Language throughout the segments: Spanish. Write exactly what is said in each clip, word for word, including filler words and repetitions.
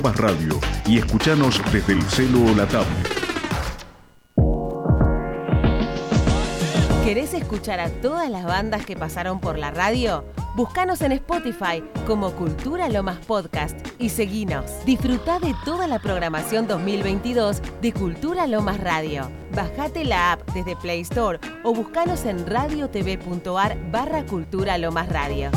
Más Radio y escuchanos desde el celu o la tablet. ¿Querés escuchar a todas las bandas que pasaron por la radio? Búscanos en Spotify como Cultura Lomas Podcast y seguinos. Disfrutá de toda la programación dos mil veintidós de Cultura Lomas Radio. Bajate la app desde Play Store o búscanos en radiotv.ar barra Cultura Lomas Radio.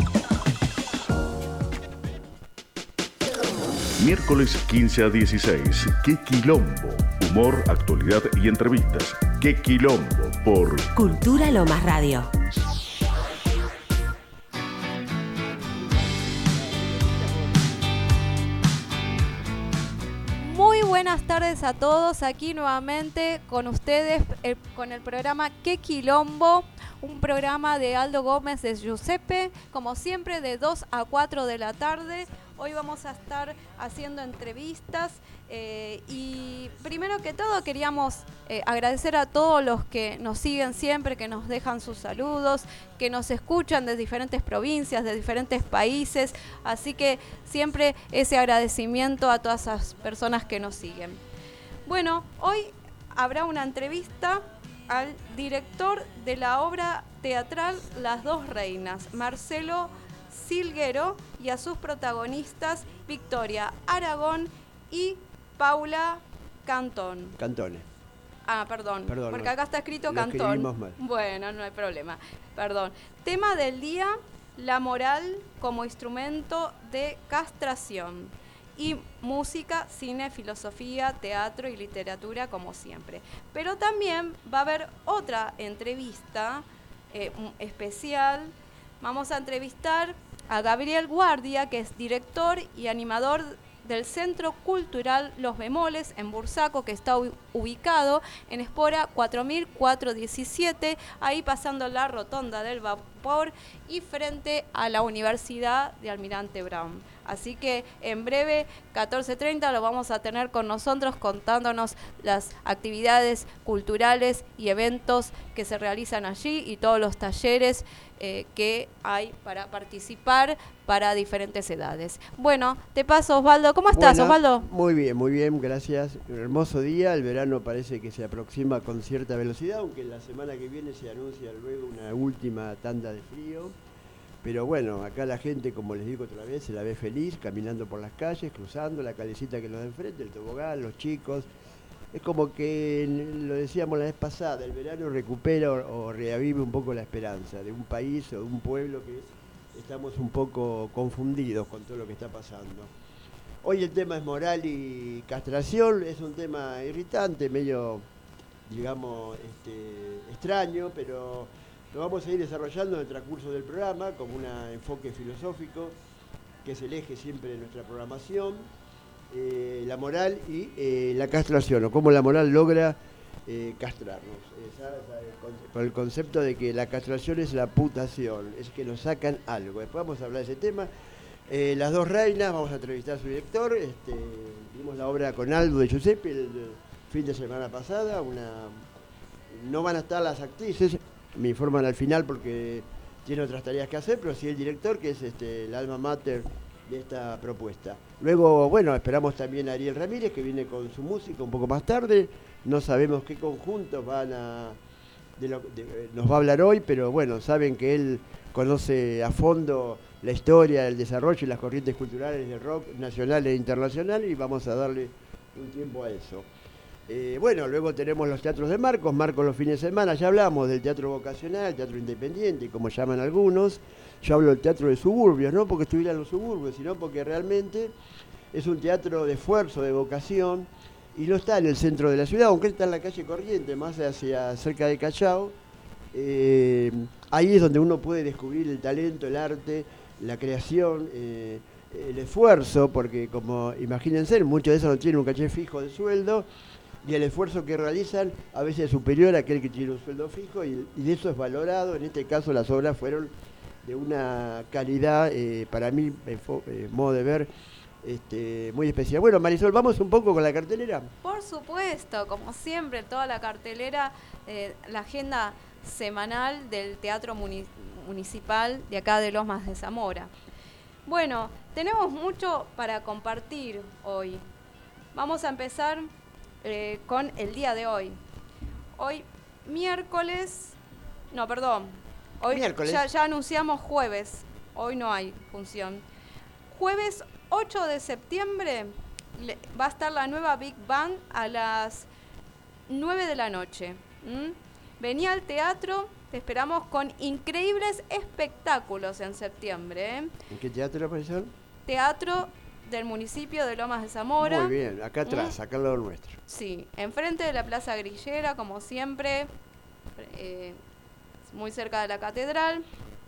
Miércoles quince a dieciséis, ¡Qué quilombo! Humor, actualidad y entrevistas. ¡Qué quilombo! Por Cultura Lomas Radio. Muy buenas tardes a todos, aquí nuevamente con ustedes el, con el programa ¡Qué quilombo! Un programa de Aldo Gómez de Giuseppe, como siempre de dos a cuatro de la tarde. Hoy vamos a estar haciendo entrevistas eh, y primero que todo queríamos eh, agradecer a todos los que nos siguen siempre, que nos dejan sus saludos, que nos escuchan de diferentes provincias, de diferentes países, así que siempre ese agradecimiento a todas esas personas que nos siguen. Bueno, hoy habrá una entrevista al director de la obra teatral Las Dos Reinas, Marcelo Silguero, y a sus protagonistas Victoria Aragón y Paula Cantón. Cantone. Ah, perdón, Perdón porque no, acá está escrito lo Cantón. escribimos mal. Bueno, no hay problema. Perdón. Tema del día, la moral como instrumento de castración. Y música, cine, filosofía, teatro y literatura, como siempre. Pero también va a haber otra entrevista eh, especial. Vamos a entrevistar a Gabriel Guardia, que es director y animador del Centro Cultural Los Bemoles en Bursaco, que está ubicado en Espora cuatro mil cuatrocientos diecisiete, ahí pasando la Rotonda del Vapor y frente a la Universidad de Almirante Brown. Así que en breve, catorce treinta, lo vamos a tener con nosotros contándonos las actividades culturales y eventos que se realizan allí y todos los talleres eh, que hay para participar para diferentes edades. Bueno, te paso, Osvaldo. ¿Cómo estás, Bueno, Osvaldo? Muy bien, muy bien, gracias. Un hermoso día, el verano parece que se aproxima con cierta velocidad, aunque la semana que viene se anuncia luego una última tanda de frío. Pero bueno, acá la gente, como les digo otra vez, se la ve feliz, caminando por las calles, cruzando la calecita que nos da enfrente, el tobogán, los chicos. Es como que, lo decíamos la vez pasada, el verano recupera o, o reavive un poco la esperanza de un país o de un pueblo que estamos un poco confundidos con todo lo que está pasando. Hoy el tema es moral y castración, es un tema irritante, medio, digamos, este, extraño, pero lo vamos a ir desarrollando en el transcurso del programa como un enfoque filosófico, que es el eje siempre de nuestra programación, eh, la moral y eh, la castración, o cómo la moral logra eh, castrarnos. Esa, esa, con el concepto de que la castración es la putación, es que nos sacan algo. Después vamos a hablar de ese tema. Eh, Las Dos Reinas, vamos a entrevistar a su director. Este, vimos la obra con Aldo de Giuseppe el, el fin de semana pasada. Una, no van a estar las actrices, me informan al final porque tiene otras tareas que hacer, pero sí el director, que es este, el alma mater de esta propuesta. Luego, bueno, esperamos también a Ariel Ramírez, que viene con su música un poco más tarde. No sabemos qué conjuntos van a, de lo, de, nos va a hablar hoy, pero bueno, saben que él conoce a fondo la historia, el desarrollo y las corrientes culturales del rock nacional e internacional, y vamos a darle un tiempo a eso. Eh, bueno, luego tenemos los teatros de Marcos, Marcos los fines de semana, ya hablamos del teatro vocacional, teatro independiente, como llaman algunos. Yo hablo del teatro de suburbios, no porque estuviera en los suburbios, sino porque realmente es un teatro de esfuerzo, de vocación, y no está en el centro de la ciudad, aunque está en la calle Corriente, más hacia cerca de Callao. Eh, ahí es donde uno puede descubrir el talento, el arte, la creación, eh, el esfuerzo, porque como imagínense, muchos de esos no tienen un caché fijo de sueldo, y el esfuerzo que realizan a veces es superior a aquel que tiene un sueldo fijo, y, y eso es valorado. En este caso las obras fueron de una calidad, eh, para mí, eh, modo de ver, este, muy especial. Bueno, Marisol, ¿vamos un poco con la cartelera? Por supuesto, como siempre, toda la cartelera, eh, la agenda semanal del Teatro Muni- Municipal de acá de Lomas de Zamora. Bueno, tenemos mucho para compartir hoy. Vamos a empezar eh, con el día de hoy. Hoy, miércoles... No, perdón. Hoy Miércoles. Ya, ya anunciamos jueves. Hoy no hay función. Jueves ocho de septiembre le, va a estar la nueva Big Band a las nueve de la noche. ¿Mm? Vení al teatro, te esperamos con increíbles espectáculos en septiembre. ¿eh? ¿En qué teatro, profesor? Teatro del municipio de Lomas de Zamora. Muy bien, acá atrás, ¿Mm? acá al lado nuestro. Sí, enfrente de la Plaza Grillera, como siempre, eh, muy cerca de la catedral.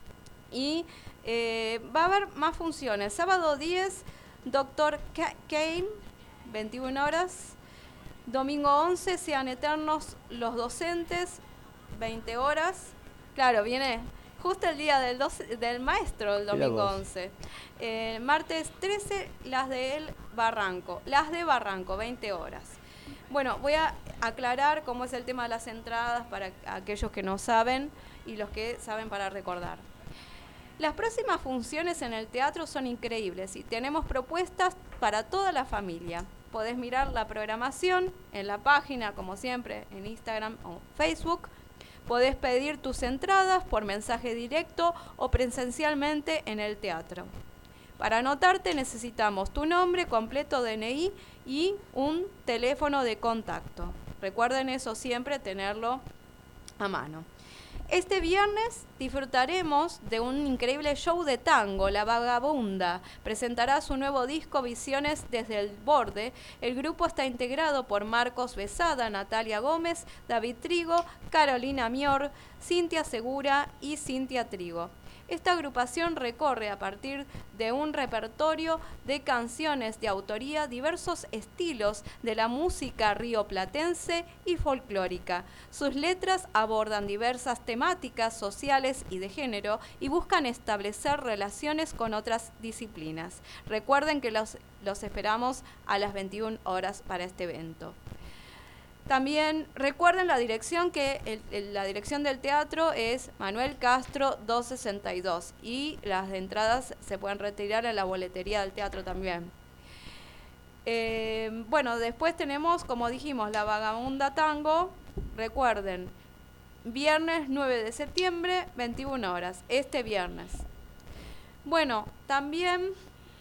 Y eh, va a haber más funciones. Sábado diez, Doctor Kane, veintiuna horas. Domingo once, Sean Eternos los Docentes, veinte horas. Claro, viene justo el día del, doce, del maestro, el domingo once. Eh, martes trece, las de El Barranco. Las de Barranco, veinte horas. Bueno, voy a aclarar cómo es el tema de las entradas para aquellos que no saben y los que saben para recordar. Las próximas funciones en el teatro son increíbles y tenemos propuestas para toda la familia. Podés mirar la programación en la página, como siempre, en Instagram o Facebook. Podés pedir tus entradas por mensaje directo o presencialmente en el teatro. Para anotarte necesitamos tu nombre completo, D N I y un teléfono de contacto. Recuerden eso siempre, tenerlo a mano. Este viernes disfrutaremos de un increíble show de tango, La Vagabunda. Presentará su nuevo disco Visiones desde el Borde. El grupo está integrado por Marcos Besada, Natalia Gómez, David Trigo, Carolina Mior, Cintia Segura y Cintia Trigo. Esta agrupación recorre a partir de un repertorio de canciones de autoría diversos estilos de la música rioplatense y folclórica. Sus letras abordan diversas temáticas sociales y de género y buscan establecer relaciones con otras disciplinas. Recuerden que los, los esperamos a las veintiuna horas para este evento. También recuerden la dirección, que el, el, la dirección del teatro es Manuel Castro doscientos sesenta y dos y las entradas se pueden retirar en la boletería del teatro también. Eh, bueno, después tenemos, como dijimos, La Vagabunda Tango. Recuerden, viernes nueve de septiembre, veintiuna horas, este viernes. Bueno, también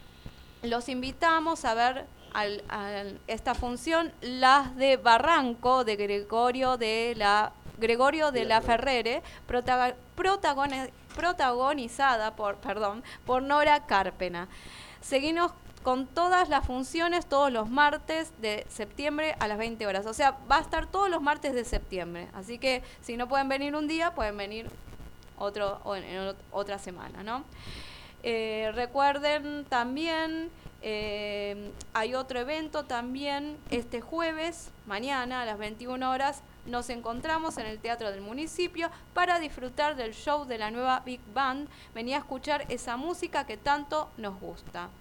los invitamos a ver Al, a esta función, Las de Barranco, de Gregorio de la Gregorio de la Ferrere, protagon, protagoni, protagonizada por, perdón, por Nora Carpena. Seguimos con todas las funciones todos los martes de septiembre a las veinte horas. O sea, va a estar todos los martes de septiembre. Así que si no pueden venir un día, pueden venir otro en, en otra semana, ¿no? Eh, recuerden también, eh, hay otro evento también este jueves, mañana a las veintiuna horas, nos encontramos en el Teatro del Municipio para disfrutar del show de la nueva Big Band. Venía a escuchar esa música que tanto nos gusta.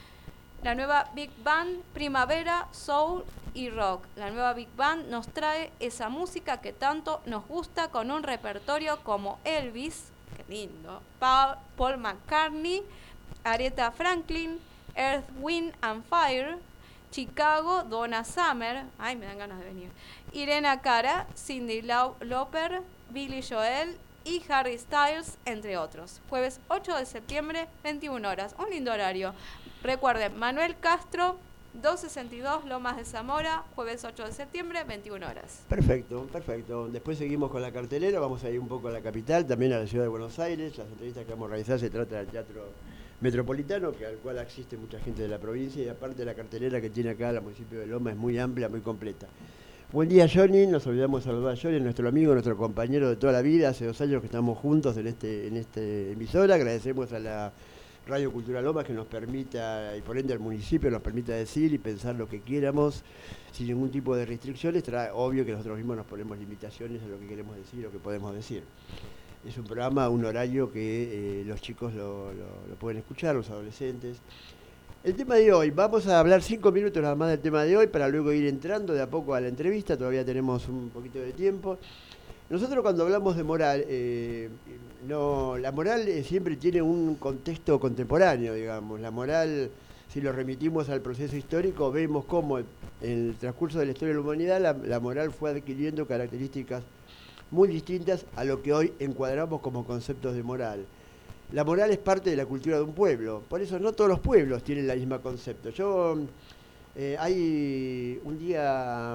La nueva Big Band, Primavera, Soul y Rock. La nueva Big Band nos trae esa música que tanto nos gusta con un repertorio como Elvis, qué lindo, Paul McCartney, Aretha Franklin, Earth, Wind and Fire, Chicago, Donna Summer, ay, me dan ganas de venir, Irene Cara, Cyndi Lauper, Billy Joel y Harry Styles, entre otros. Jueves ocho de septiembre, veintiuna horas, un lindo horario. Recuerden, Manuel Castro, doscientos sesenta y dos, Lomas de Zamora, jueves ocho de septiembre, veintiuna horas. Perfecto, perfecto. Después seguimos con la cartelera, vamos a ir un poco a la capital, también a la ciudad de Buenos Aires. Las entrevistas que vamos a realizar se trata del Teatro Metropolitano, que al cual asiste mucha gente de la provincia, y aparte la cartelera que tiene acá el municipio de Loma es muy amplia, muy completa. Buen día, Johnny. Nos olvidamos de saludar a Johnny, nuestro amigo, nuestro compañero de toda la vida. Hace dos años que estamos juntos en este en este emisora. Agradecemos a la Radio Cultural Lomas que nos permita, y por ende al municipio, nos permita decir y pensar lo que quieramos sin ningún tipo de restricciones. Será obvio que nosotros mismos nos ponemos limitaciones a lo que queremos decir y lo que podemos decir. Es un programa, un horario que eh, los chicos lo, lo, lo pueden escuchar, los adolescentes. El tema de hoy, vamos a hablar cinco minutos nada más del tema de hoy para luego ir entrando de a poco a la entrevista, todavía tenemos un poquito de tiempo. nosotros cuando hablamos de moral, eh, no, la moral eh, siempre tiene un contexto contemporáneo, digamos. La moral, si lo remitimos al proceso histórico, vemos cómo en el transcurso de la historia de la humanidad la, la moral fue adquiriendo características muy distintas a lo que hoy encuadramos como conceptos de moral. La moral es parte de la cultura de un pueblo, por eso no todos los pueblos tienen el mismo concepto. Yo, eh, hay un día,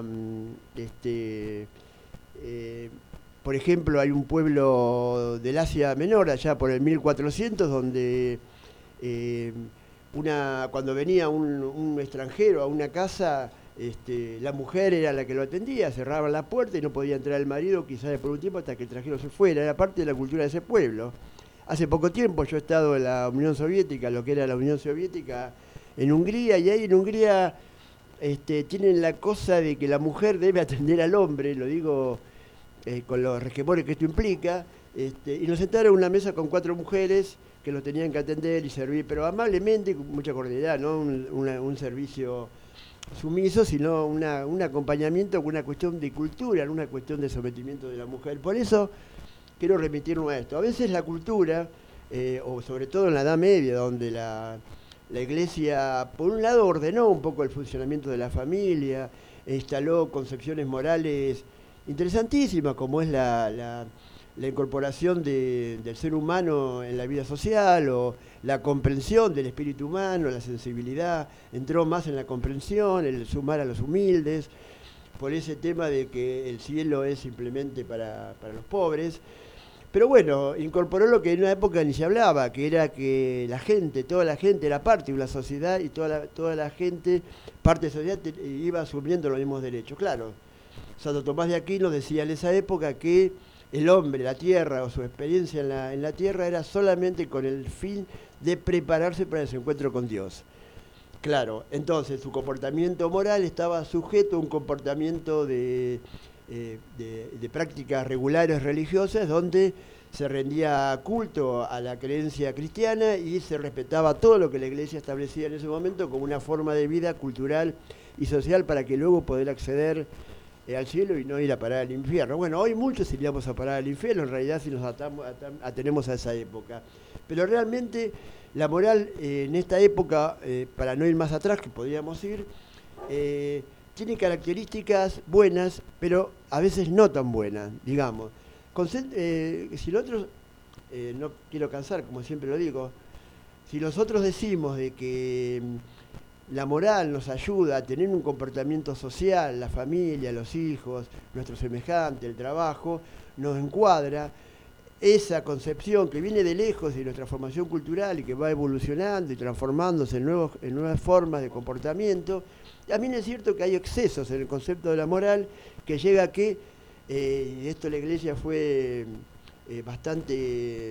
este, eh, por ejemplo, hay un pueblo del Asia Menor, allá por el mil cuatrocientos, donde eh, una, cuando venía un, un extranjero a una casa, este, la mujer era la que lo atendía, cerraba la puerta y no podía entrar el marido, quizás por un tiempo hasta que el extranjero se fuera. Era parte de la cultura de ese pueblo. Hace poco tiempo yo he estado en la Unión Soviética, lo que era la Unión Soviética, en Hungría, y ahí en Hungría este, tienen la cosa de que la mujer debe atender al hombre, lo digo eh, con los resquemores que esto implica, este, y nos sentaron en una mesa con cuatro mujeres que lo tenían que atender y servir, pero amablemente, con mucha cordialidad, no un, una, un servicio sumiso, sino una, un acompañamiento con una cuestión de cultura, no una cuestión de sometimiento de la mujer. Por eso quiero remitirnos a esto. A veces la cultura, eh, o sobre todo en la Edad Media, donde la, la Iglesia, por un lado, ordenó un poco el funcionamiento de la familia, e instaló concepciones morales interesantísimas, como es la, la, la incorporación de, del ser humano en la vida social, o la comprensión del espíritu humano, la sensibilidad, entró más en la comprensión, el sumar a los humildes, por ese tema de que el cielo es simplemente para, para los pobres. Pero bueno, incorporó lo que en una época ni se hablaba, que era que la gente, toda la gente era parte de una sociedad y toda la, toda la gente, parte de la sociedad, te, iba asumiendo los mismos derechos. Claro, Santo Tomás de Aquino decía en esa época que el hombre, la tierra o su experiencia en la, en la tierra era solamente con el fin de prepararse para ese encuentro con Dios. Claro, entonces su comportamiento moral estaba sujeto a un comportamiento de... Eh, de, de prácticas regulares religiosas donde se rendía culto a la creencia cristiana y se respetaba todo lo que la Iglesia establecía en ese momento como una forma de vida cultural y social para que luego poder acceder eh, al cielo y no ir a parar al infierno. Bueno, hoy muchos iríamos a parar al infierno, en realidad si nos atamos, atam, atenemos a esa época. Pero realmente la moral eh, en esta época, eh, para no ir más atrás, que podríamos ir, eh, tiene características buenas, pero a veces no tan buenas, digamos. Concent eh, si nosotros, eh, no quiero cansar, como siempre lo digo, si nosotros decimos de que mm, la moral nos ayuda a tener un comportamiento social, la familia, los hijos, nuestro semejante, el trabajo, nos encuadra esa concepción que viene de lejos de nuestra formación cultural y que va evolucionando y transformándose en, nuevos, en nuevas formas de comportamiento. También es cierto que hay excesos en el concepto de la moral que llega a que, eh, y esto la Iglesia fue eh, bastante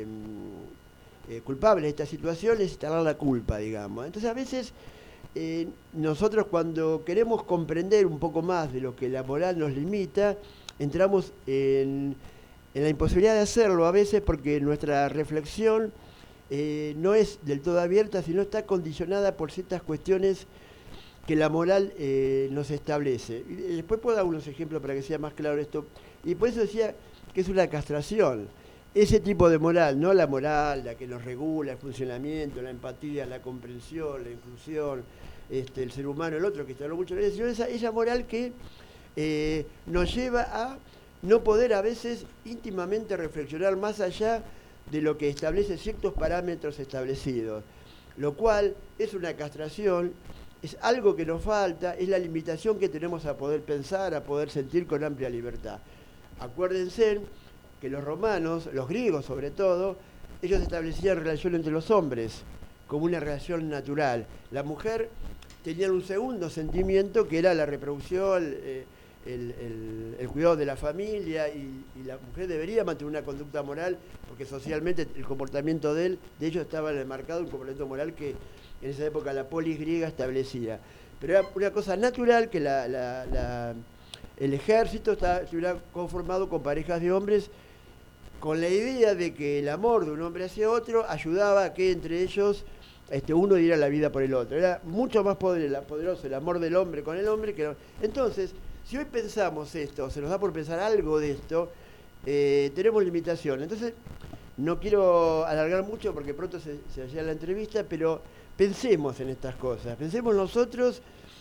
eh, culpable de esta situación, es instalar la culpa, digamos. Entonces a veces eh, nosotros cuando queremos comprender un poco más de lo que la moral nos limita, entramos en, en la imposibilidad de hacerlo a veces porque nuestra reflexión eh, no es del todo abierta, sino está condicionada por ciertas cuestiones que la moral eh, nos establece. Y después puedo dar unos ejemplos para que sea más claro esto. Y por eso decía que es una castración. Ese tipo de moral, no la moral, la que nos regula el funcionamiento, la empatía, la comprensión, la inclusión, este, el ser humano, el otro, que está mucho en eso, sino esa, esa moral que eh, nos lleva a no poder a veces íntimamente reflexionar más allá de lo que establece ciertos parámetros establecidos. Lo cual es una castración. Es algo que nos falta, es la limitación que tenemos a poder pensar, a poder sentir con amplia libertad. Acuérdense que los romanos, los griegos sobre todo, ellos establecían relación entre los hombres como una relación natural. La mujer tenía un segundo sentimiento que era la reproducción, eh, el, el, el cuidado de la familia y, y la mujer debería mantener una conducta moral porque socialmente el comportamiento de él, de ellos estaba enmarcado un comportamiento moral que en esa época la polis griega establecía. Pero era una cosa natural que la, la, la, el ejército está, estuviera conformado con parejas de hombres con la idea de que el amor de un hombre hacia otro ayudaba a que entre ellos este, uno diera la vida por el otro. Era mucho más poderoso el amor del hombre con el hombre que... Entonces, si hoy pensamos esto, se nos da por pensar algo de esto, eh, tenemos limitaciones. Entonces, no quiero alargar mucho porque pronto se, se llega la entrevista, pero pensemos en estas cosas. Pensemos nosotros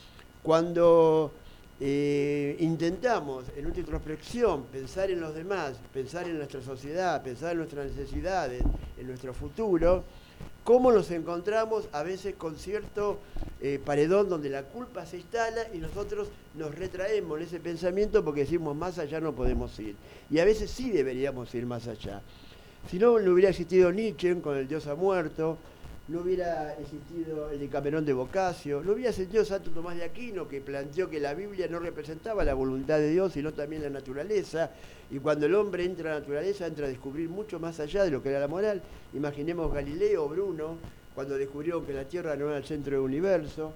cuando eh, intentamos en nuestra introspección pensar en los demás, pensar en nuestra sociedad, pensar en nuestras necesidades, en nuestro futuro, cómo nos encontramos a veces con cierto eh, paredón donde la culpa se instala y nosotros nos retraemos en ese pensamiento porque decimos más allá no podemos ir. Y a veces sí deberíamos ir más allá. Si no, no hubiera existido Nietzsche con El Dios ha muerto, no hubiera existido el Decamerón de Boccaccio, no hubiera existido Santo Tomás de Aquino, que planteó que la Biblia no representaba la voluntad de Dios, sino también la naturaleza, y cuando el hombre entra a la naturaleza, entra a descubrir mucho más allá de lo que era la moral. Imaginemos Galileo, Bruno, cuando descubrieron que la Tierra no era el centro del universo,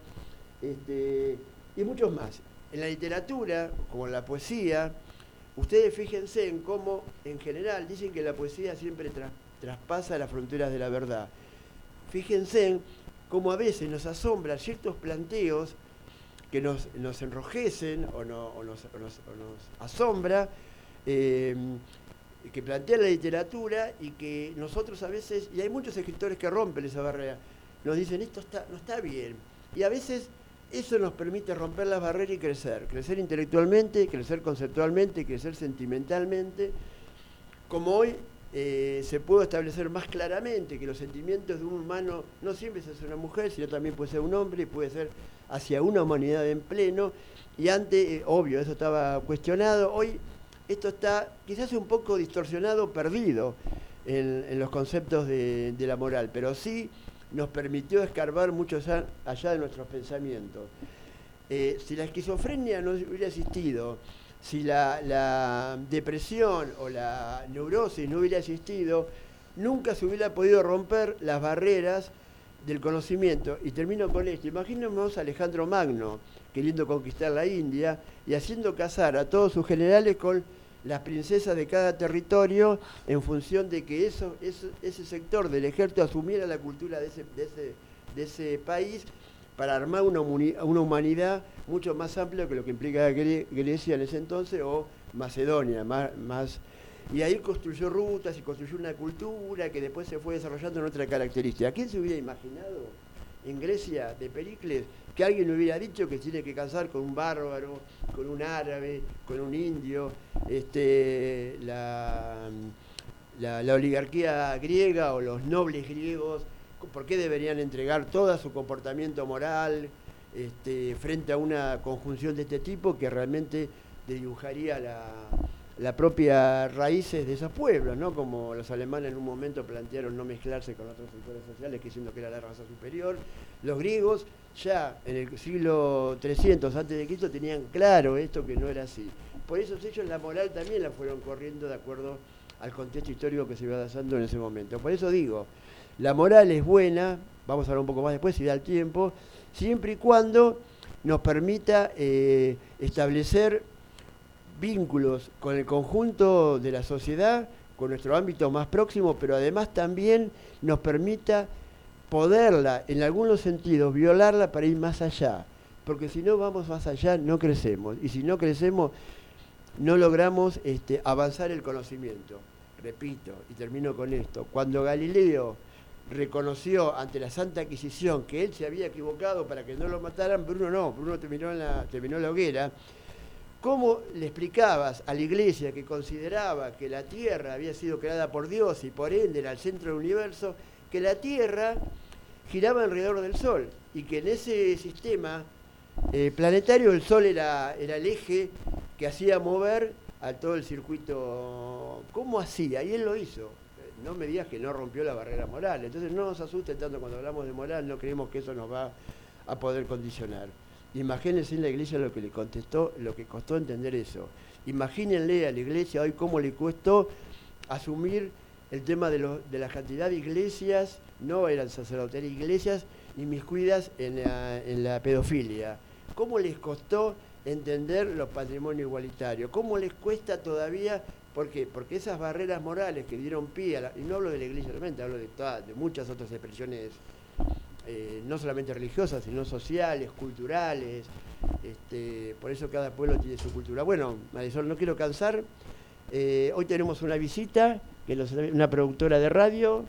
este, y muchos más. En la literatura, como en la poesía, ustedes fíjense en cómo, en general, dicen que la poesía siempre tra traspasa las fronteras de la verdad. Fíjense en cómo a veces nos asombran ciertos planteos que nos, nos enrojecen o, no, o, nos, o, nos, o nos asombra, eh, que plantea la literatura y que nosotros a veces, y hay muchos escritores que rompen esa barrera, nos dicen esto está, no está bien. Y a veces eso nos permite romper las barreras y crecer, crecer intelectualmente, crecer conceptualmente, crecer sentimentalmente, como hoy eh, se puede establecer más claramente que los sentimientos de un humano no siempre es hacia una mujer, sino también puede ser un hombre, puede ser hacia una humanidad en pleno, y antes, eh, obvio, eso estaba cuestionado, hoy esto está quizás un poco distorsionado, perdido en, en los conceptos de, de la moral, pero sí nos permitió escarbar mucho allá, allá de nuestros pensamientos. Eh, si la esquizofrenia no hubiera existido, si la, la depresión o la neurosis no hubiera existido, nunca se hubiera podido romper las barreras del conocimiento. Y termino con esto. Imaginemos a Alejandro Magno queriendo conquistar la India y haciendo casar a todos sus generales con las princesas de cada territorio en función de que eso, eso, ese sector del ejército asumiera la cultura de ese, de ese, de ese país para armar una, una humanidad mucho más amplia que lo que implica Gre Grecia en ese entonces o Macedonia. Más, más, y ahí construyó rutas y construyó una cultura que después se fue desarrollando en otra característica. ¿Quién se hubiera imaginado en Grecia de Pericles que alguien hubiera dicho que tiene que casar con un bárbaro, con un árabe, con un indio, este, la, la, la oligarquía griega o los nobles griegos? ¿Por qué deberían entregar todo su comportamiento moral este, frente a una conjunción de este tipo que realmente dibujaría la, la propia raíces de esos pueblos, ¿no? Como los alemanes en un momento plantearon no mezclarse con otros sectores sociales, diciendo que era la raza superior. Los griegos ya en el siglo trescientos antes de Cristo tenían claro esto, que no era así. Por eso ellos la moral también la fueron corriendo de acuerdo al contexto histórico que se iba dando en ese momento. Por eso digo, la moral es buena, vamos a hablar un poco más después si da el tiempo, siempre y cuando nos permita eh, establecer vínculos con el conjunto de la sociedad, con nuestro ámbito más próximo, pero además también nos permita poderla, en algunos sentidos, violarla para ir más allá. Porque si no vamos más allá, no crecemos. Y si no crecemos, no logramos este, avanzar el conocimiento. Repito, y termino con esto. Cuando Galileo reconoció ante la Santa Inquisición que él se había equivocado para que no lo mataran, Bruno no, Bruno terminó en la, terminó en la hoguera. ¿Cómo le explicabas a la Iglesia, que consideraba que la Tierra había sido creada por Dios y por ende era el centro del universo, que la Tierra giraba alrededor del Sol y que en ese sistema eh, planetario el Sol era, era el eje que hacía mover a todo el circuito? ¿Cómo hacía? Y él lo hizo. No me digas que no rompió la barrera moral. Entonces no nos asusten tanto cuando hablamos de moral, no creemos que eso nos va a poder condicionar. Imagínense en la Iglesia lo que le contestó, lo que costó entender eso. Imagínenle a la Iglesia hoy cómo le costó asumir el tema de, lo, de la cantidad de iglesias, no eran sacerdotes, eran iglesias inmiscuidas en la, en la pedofilia. ¿Cómo les costó entender los patrimonios igualitarios? ¿Cómo les cuesta todavía? ¿Por qué? Porque esas barreras morales que dieron pie a la, y no hablo de la Iglesia solamente, hablo de, toda, de muchas otras expresiones, eh, no solamente religiosas, sino sociales, culturales, este, por eso cada pueblo tiene su cultura. Bueno, Marisol, no quiero cansar, Eh, hoy tenemos una visita, que nos, una productora de radio,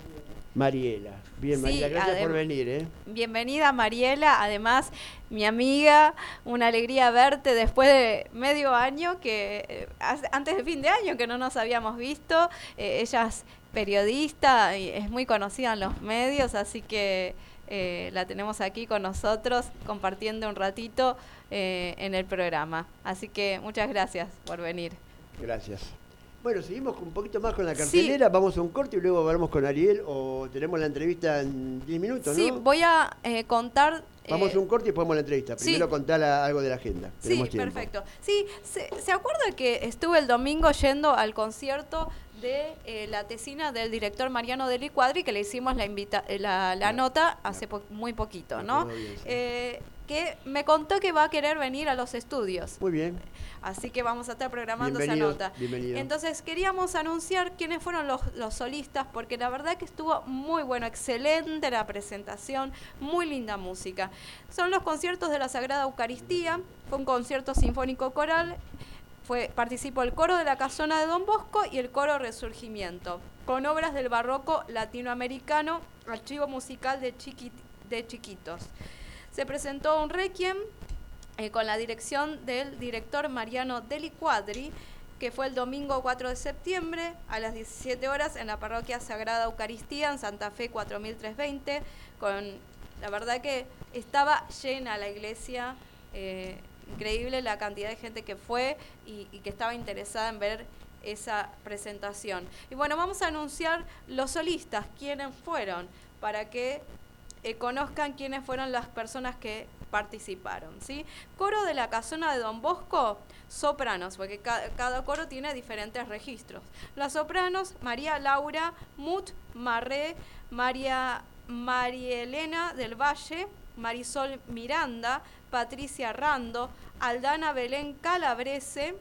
Mariela. Bien, Sí, Mariela, gracias adem- por venir. ¿eh? Bienvenida, Mariela, además mi amiga, una alegría verte después de medio año, que eh, hace- antes de fin de año que no nos habíamos visto. Eh, ella es periodista y es muy conocida en los medios, así que eh, la tenemos aquí con nosotros compartiendo un ratito eh, en el programa. Así que muchas gracias por venir. Gracias. Bueno, seguimos un poquito más con la Sí. cartelera, vamos a un corte y luego vamos con Ariel, o tenemos la entrevista en diez minutos, Sí, ¿no? voy a eh, contar... Vamos eh, a un corte y después vamos a la entrevista. sí. Primero contar algo de la agenda. Sí, Tenemos tiempo. perfecto. Sí, ¿se, ¿se acuerda que estuve el domingo yendo al concierto de eh, la tesina del director Mariano Deli Quadri, que le hicimos la invita eh, la, la Ya, nota ya. hace po- muy poquito, Me ¿no? acuerdo bien, sí. Eh, que me contó que va a querer venir a los estudios. Muy bien. Así que vamos a estar programando Bienvenido, esa nota. bienvenido. Entonces queríamos anunciar quiénes fueron los, los solistas, porque la verdad que estuvo muy bueno, excelente la presentación, muy linda música. Son los conciertos de la Sagrada Eucaristía, fue un concierto sinfónico coral, fue, participó el coro de la Casona de Don Bosco y el coro Resurgimiento, con obras del barroco latinoamericano, archivo musical de, chiqui, de chiquitos. Se presentó un requiem eh, con la dirección del director Mariano Deli Quadri, que fue el domingo cuatro de septiembre a las diecisiete horas en la parroquia Sagrada Eucaristía en Santa Fe cuatro mil trescientos veinte. Con, la verdad que estaba llena la iglesia, eh, increíble la cantidad de gente que fue y, y que estaba interesada en ver esa presentación. Y bueno, vamos a anunciar los solistas, quiénes fueron, para que Eh, conozcan quiénes fueron las personas que participaron, ¿sí? Coro de la Casona de Don Bosco, sopranos, porque ca cada coro tiene diferentes registros. Las sopranos, María Laura Mut Marré, María, María Elena del Valle, Marisol Miranda, Patricia Rando, Aldana Belén Calabrese,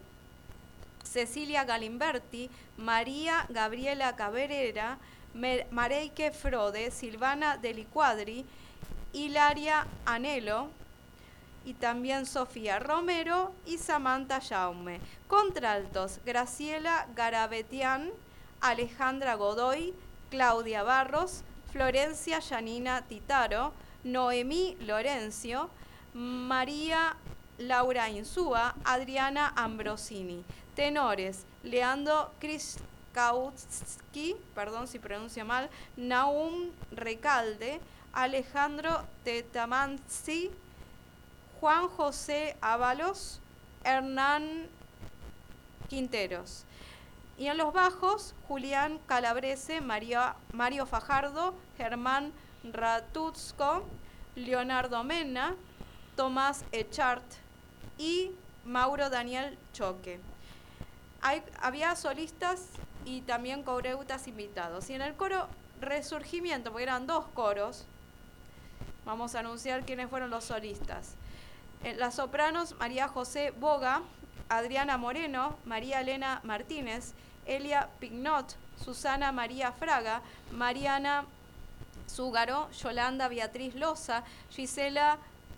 Cecilia Galimberti, María Gabriela Cabrera, Mareike Frode, Silvana Deli Quadri, Hilaria Anelo y también Sofía Romero y Samantha Jaume. Contraltos, Graciela Garabetian, Alejandra Godoy, Claudia Barros, Florencia Yanina Titaro, Noemí Lorenzo, María Laura Insúa, Adriana Ambrosini. Tenores, Leandro Cris Kautsky, perdón si pronuncio mal, Naum Recalde, Alejandro Tetamansi, Juan José Ábalos, Hernán Quinteros. Y en los bajos, Julián Calabrese, Mario, Mario Fajardo, Germán Ratuzco, Leonardo Mena, Tomás Echart y Mauro Daniel Choque. Hay, había solistas y también coreutas invitados. Y en el coro Resurgimiento, porque eran dos coros, vamos a anunciar quiénes fueron los solistas. En las sopranos, María José Boga, Adriana Moreno, María Elena Martínez, Elia Pignot, Susana María Fraga, Mariana Zúgaro, Yolanda Beatriz Loza, Gisela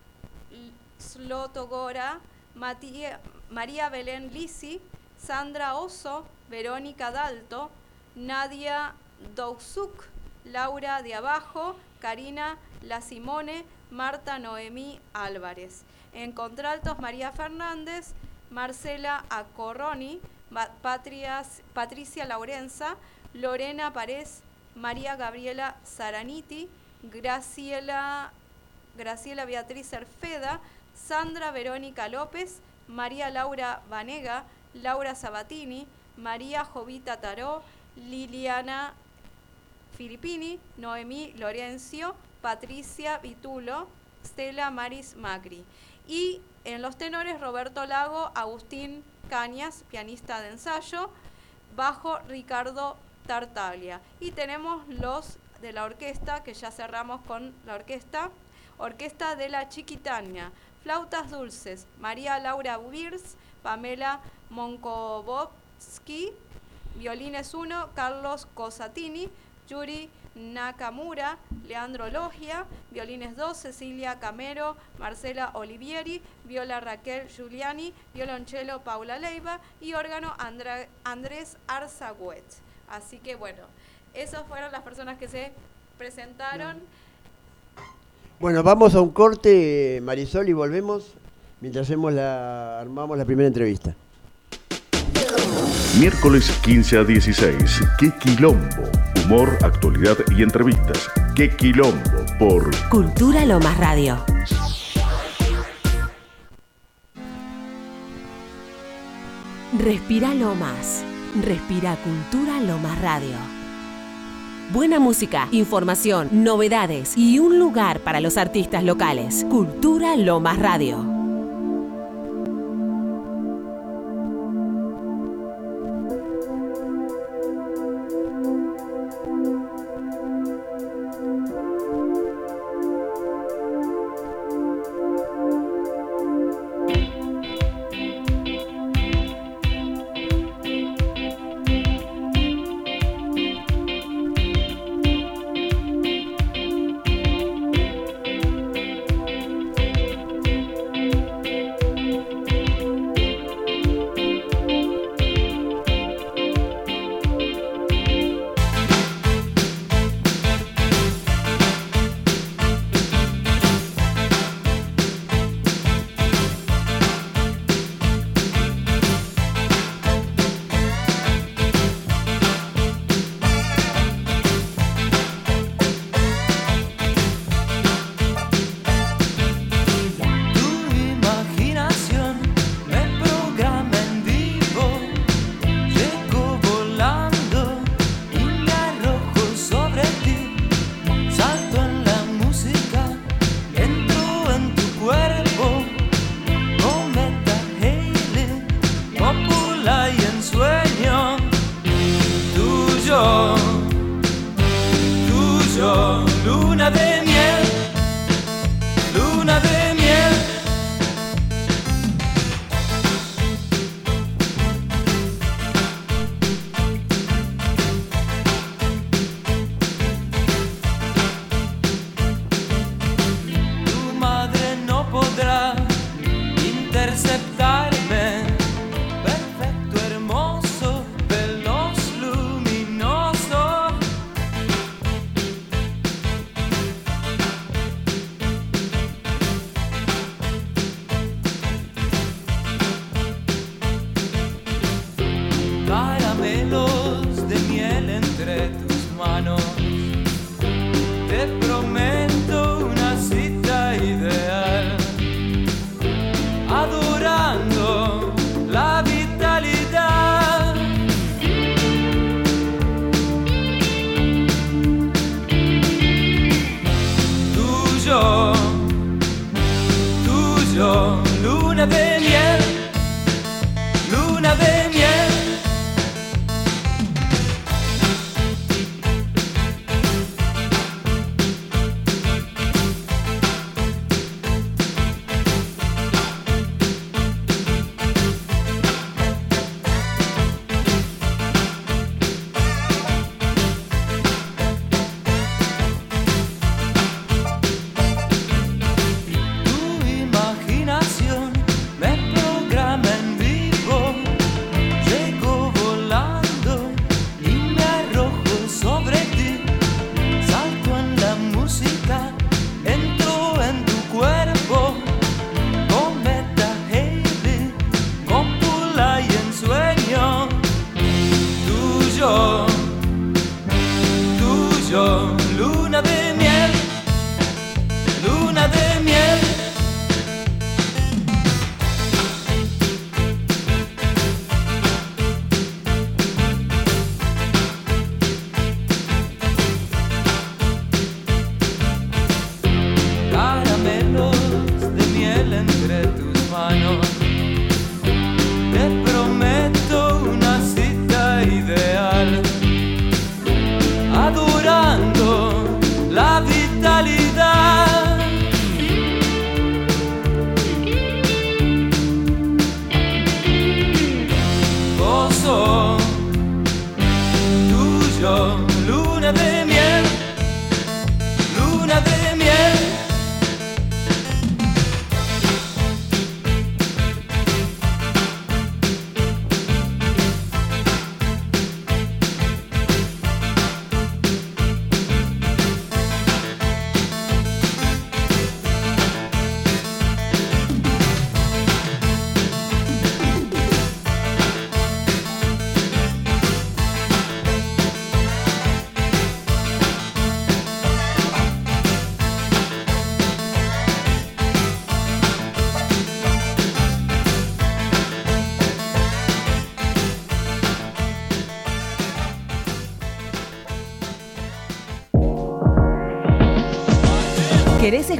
Slotogora, Matías, María Belén Lisi, Sandra Oso, Verónica Dalto, Nadia Douzuk, Laura de Abajo, Karina La Simone, Marta Noemí Álvarez. En contraltos, María Fernández, Marcela Acorroni, Patrias, Patricia Laurenza, Lorena Párez, María Gabriela Zaraniti, Graciela, Graciela Beatriz Cerfeda, Sandra Verónica López, María Laura Vanega, Laura Sabatini, María Jovita Taró, Liliana Filippini, Noemí Lorenzo, Patricia Vitulo, Stella Maris Macri. Y en los tenores, Roberto Lago, Agustín Cañas, pianista de ensayo, bajo Ricardo Tartaglia. Y tenemos los de la orquesta, que ya cerramos con la orquesta, Orquesta de la Chiquitania, flautas dulces, María Laura Birs, Pamela Monkobovsky, violines uno, Carlos Cosatini, Yuri Nakamura, Leandro Logia, violines dos, Cecilia Camero, Marcela Olivieri, viola Raquel Giuliani, violonchelo Paula Leiva y órgano Andra, Andrés Arzagüet. Así que bueno, esas fueron las personas que se presentaron. Bueno, vamos a un corte, Marisol, y volvemos mientras hacemos la, armamos la primera entrevista. Miércoles quince a dieciséis, ¡Qué quilombo! Humor, actualidad y entrevistas. ¡Qué quilombo! Por Cultura Lomas Radio. Respira Lomas. Respira Cultura Lomas Radio. Buena música, información, novedades y un lugar para los artistas locales. Cultura Lomas Radio.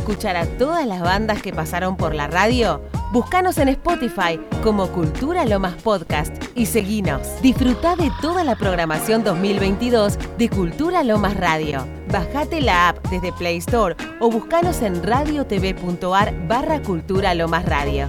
escuchar a todas las bandas que pasaron por la radio? Búscanos en Spotify como Cultura Lomas Podcast y seguinos. Disfrutá de toda la programación dos mil veintidós de Cultura Lomas Radio. Bajate la app desde Play Store o búscanos en radiotv.ar barra Cultura Lomas Radio.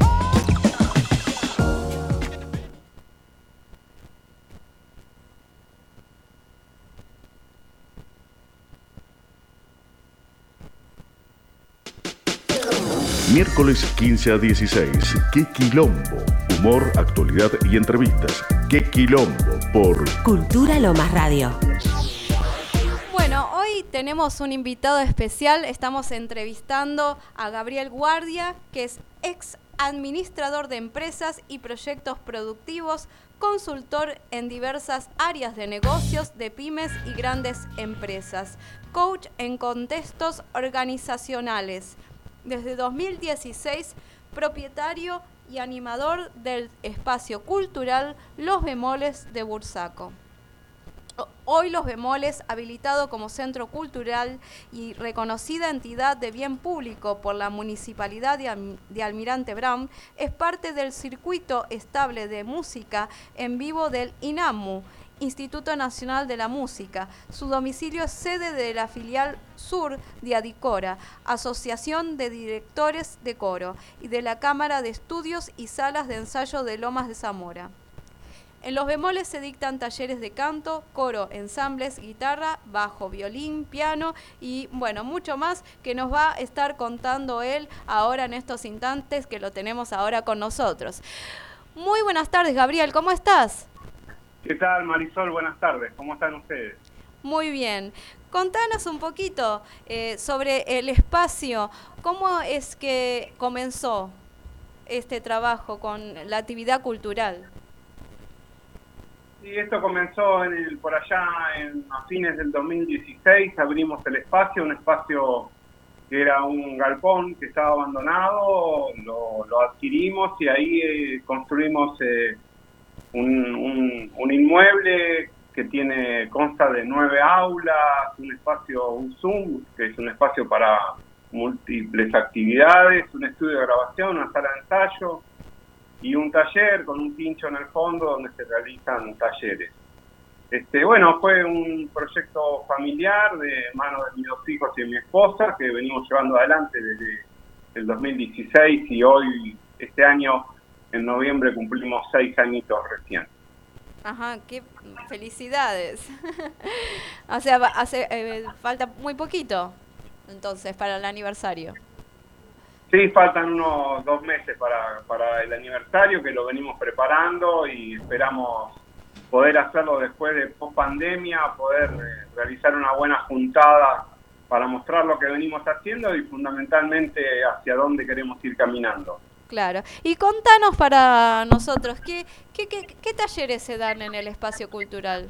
Miércoles quince a dieciséis, ¡Qué quilombo! Humor, actualidad y entrevistas. ¡Qué quilombo! Por Cultura Lomas Radio. Bueno, hoy tenemos un invitado especial. Estamos entrevistando a Gabriel Guardia, que es ex administrador de empresas y proyectos productivos, consultor en diversas áreas de negocios de pymes y grandes empresas, coach en contextos organizacionales. Desde dos mil dieciséis, propietario y animador del espacio cultural Los Bemoles de Bursaco. Hoy Los Bemoles, habilitado como centro cultural y reconocida entidad de bien público por la Municipalidad de Almirante Brown, es parte del circuito estable de música en vivo del INAMU, Instituto Nacional de la Música. Su domicilio es sede de la filial sur de Adicora, Asociación de Directores de Coro, y de la Cámara de Estudios y Salas de Ensayo de Lomas de Zamora. En Los Bemoles se dictan talleres de canto, coro, ensambles, guitarra, bajo, violín, piano y, bueno, mucho más que nos va a estar contando él ahora en estos instantes que lo tenemos ahora con nosotros. Muy buenas tardes, Gabriel, ¿cómo estás? ¿Qué tal, Marisol? Buenas tardes. ¿Cómo están ustedes? Muy bien. Contanos un poquito eh, sobre el espacio. ¿Cómo es que comenzó este trabajo con la actividad cultural? Sí, esto comenzó en el, por allá en, a fines del dos mil dieciséis. Abrimos el espacio, un espacio que era un galpón que estaba abandonado. Lo, lo adquirimos y ahí eh, construimos... Eh, Un, un, un inmueble que tiene consta de nueve aulas, un espacio, un Zoom, que es un espacio para múltiples actividades, un estudio de grabación, una sala de ensayo y un taller con un pincho en el fondo donde se realizan talleres. Este, bueno, fue un proyecto familiar de manos de mis dos hijos y de mi esposa que venimos llevando adelante desde el dos mil dieciséis y hoy, este año, en noviembre cumplimos seis añitos recién. Ajá, qué felicidades. O sea, hace eh, falta muy poquito, entonces, para el aniversario. Sí, faltan unos dos meses para, para el aniversario, que lo venimos preparando y esperamos poder hacerlo después de post pandemia, poder eh, realizar una buena juntada para mostrar lo que venimos haciendo y fundamentalmente hacia dónde queremos ir caminando. Claro. Y contanos para nosotros, ¿qué, qué, qué, qué talleres se dan en el espacio cultural?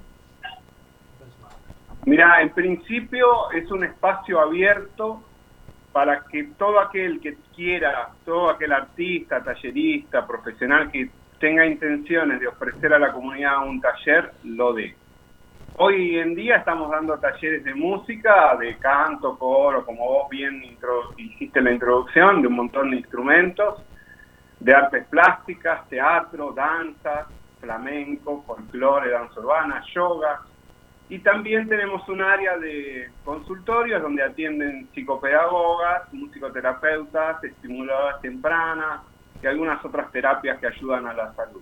Mira, en principio es un espacio abierto para que todo aquel que quiera, todo aquel artista, tallerista, profesional que tenga intenciones de ofrecer a la comunidad un taller, lo dé. Hoy en día estamos dando talleres de música, de canto, coro, como vos bien intro, hiciste la introducción, de un montón de instrumentos, de artes plásticas, teatro, danza, flamenco, folclore, danza urbana, yoga. Y también tenemos un área de consultorios donde atienden psicopedagogas, musicoterapeutas, estimuladoras tempranas y algunas otras terapias que ayudan a la salud.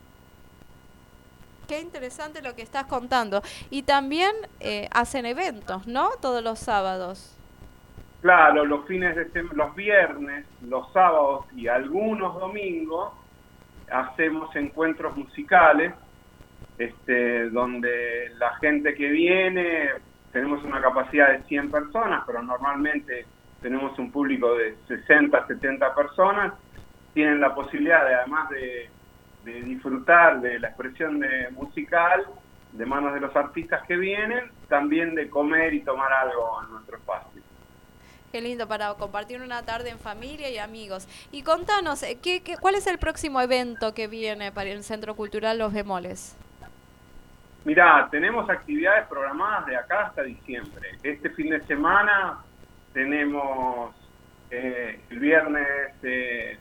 Qué interesante lo que estás contando. Y también eh, hacen eventos, ¿no? Todos los sábados. Claro, los fines de sem- los viernes, los sábados y algunos domingos hacemos encuentros musicales, este, donde la gente que viene, tenemos una capacidad de cien personas, pero normalmente tenemos un público de sesenta, setenta personas, tienen la posibilidad de, además de, de disfrutar de la expresión de musical de manos de los artistas que vienen, también de comer y tomar algo en nuestro espacio. Qué lindo para compartir una tarde en familia y amigos. Y contanos, ¿qué, qué, ¿cuál es el próximo evento que viene para el Centro Cultural Los Bemoles? Mirá, tenemos actividades programadas de acá hasta diciembre. Este fin de semana tenemos Eh, el viernes eh,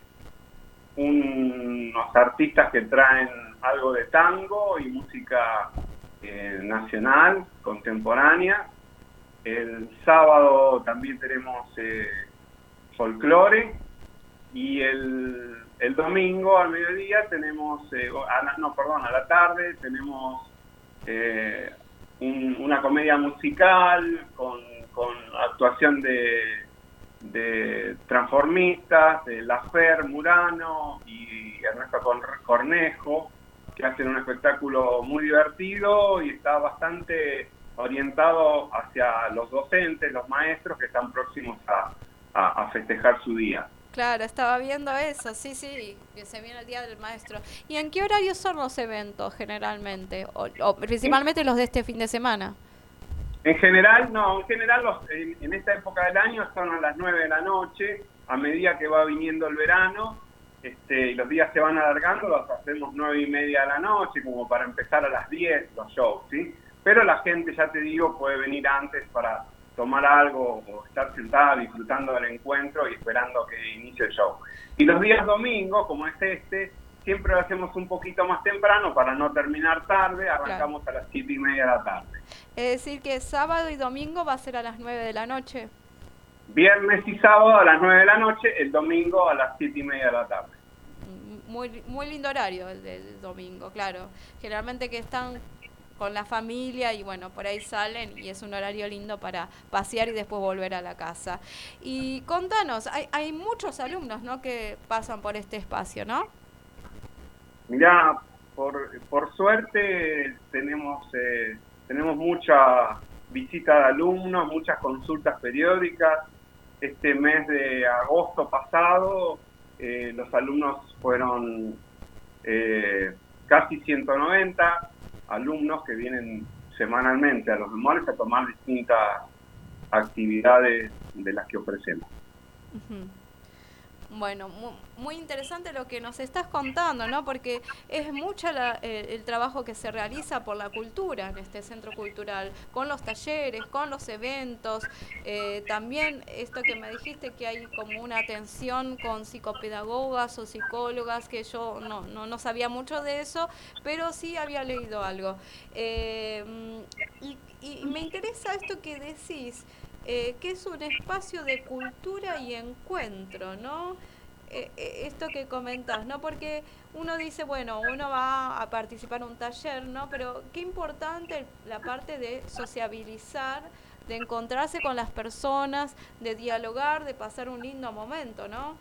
unos artistas que traen algo de tango y música eh, nacional, contemporánea. El sábado también tenemos eh, folclore y el, el domingo al mediodía tenemos, eh, a la, no, perdón, a la tarde tenemos eh, un, una comedia musical con, con actuación de, de transformistas, de Lafer, Murano y Ernesto Cornejo, que hacen un espectáculo muy divertido y está bastante orientado hacia los docentes, los maestros que están próximos a, a, a festejar su día. Claro, estaba viendo eso, sí, sí, que se viene el Día del Maestro. ¿Y en qué horarios son los eventos generalmente? O, o principalmente los de este fin de semana. En general, no, en general los, en, en esta época del año son a las nueve de la noche, a medida que va viniendo el verano, este, y los días se van alargando, los hacemos nueve y media de la noche, como para empezar a las diez los shows, ¿sí? Pero la gente, ya te digo, puede venir antes para tomar algo o estar sentada disfrutando del encuentro y esperando que inicie el show. Y los días domingos, como es este, siempre lo hacemos un poquito más temprano para no terminar tarde, arrancamos claro. a las siete y media de la tarde. Es decir que sábado y domingo va a ser a las nueve de la noche. Viernes y sábado a las nueve de la noche, el domingo a las siete y media de la tarde. Muy, muy lindo horario el del domingo, claro. Generalmente que están con la familia y bueno, por ahí salen y es un horario lindo para pasear y después volver a la casa. Y contanos, hay, hay muchos alumnos, ¿no?, que pasan por este espacio, ¿no? Mirá, por, por suerte tenemos, eh, tenemos mucha visita de alumnos, muchas consultas periódicas. Este mes de agosto pasado eh, los alumnos fueron eh, casi ciento noventa alumnos que vienen semanalmente a los bemoles a tomar distintas actividades de las que ofrecemos. Uh-huh. Bueno, muy, muy interesante lo que nos estás contando, ¿no? Porque es mucho la, eh, el trabajo que se realiza por la cultura en este centro cultural, con los talleres, con los eventos, eh, también esto que me dijiste que hay como una atención con psicopedagogas o psicólogas, que yo no, no, no sabía mucho de eso, pero sí había leído algo. Eh, y, y me interesa esto que decís, Eh, que es un espacio de cultura y encuentro, ¿no? Eh, eh, esto que comentas, ¿no? Porque uno dice, bueno, uno va a participar en un taller, ¿no? Pero qué importante la parte de sociabilizar, de encontrarse con las personas, de dialogar, de pasar un lindo momento, ¿no?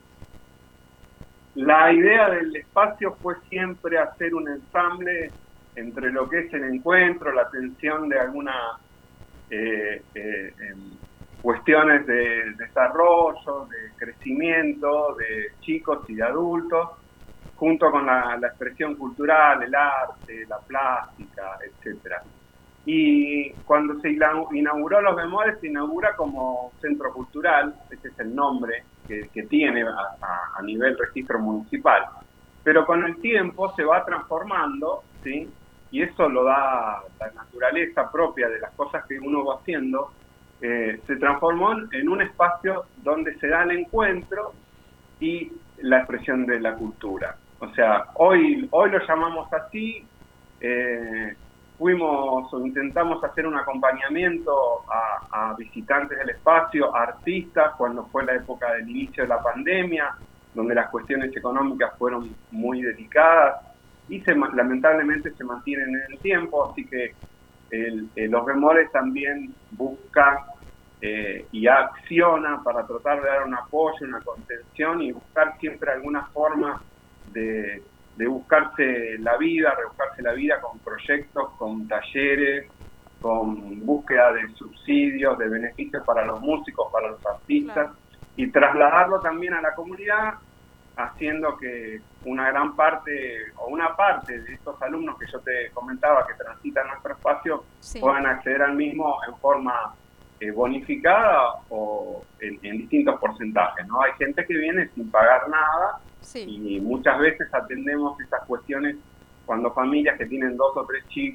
La idea del espacio fue siempre hacer un ensamble entre lo que es el encuentro, la atención de alguna eh, eh, eh, cuestiones de desarrollo, de crecimiento de chicos y de adultos, junto con la, la expresión cultural, el arte, la plástica, etcétera. Y cuando se inauguró Los Bemoles, se inaugura como centro cultural, ese es el nombre que, que tiene a, a, a nivel registro municipal. Pero con el tiempo se va transformando, ¿sí? Y eso lo da la naturaleza propia de las cosas que uno va haciendo. Eh, se transformó en un espacio donde se da el encuentro y la expresión de la cultura. O sea, hoy, hoy lo llamamos así, eh, fuimos o intentamos hacer un acompañamiento a, a visitantes del espacio, a artistas, cuando fue la época del inicio de la pandemia, donde las cuestiones económicas fueron muy delicadas y se, lamentablemente se mantienen en el tiempo, así que El, eh, Los Bemoles también busca eh, y acciona para tratar de dar un apoyo, una contención y buscar siempre alguna forma de, de buscarse la vida, rebuscarse la vida con proyectos, con talleres, con búsqueda de subsidios, de beneficios para los músicos, para los artistas, claro. Y trasladarlo también a la comunidad, haciendo que una gran parte o una parte de estos alumnos que yo te comentaba que transitan nuestro espacio sí. puedan acceder al mismo en forma eh, bonificada o en, en distintos porcentajes, ¿no? Hay gente que viene sin pagar nada sí. y muchas veces atendemos esas cuestiones cuando familias que tienen dos o tres chicos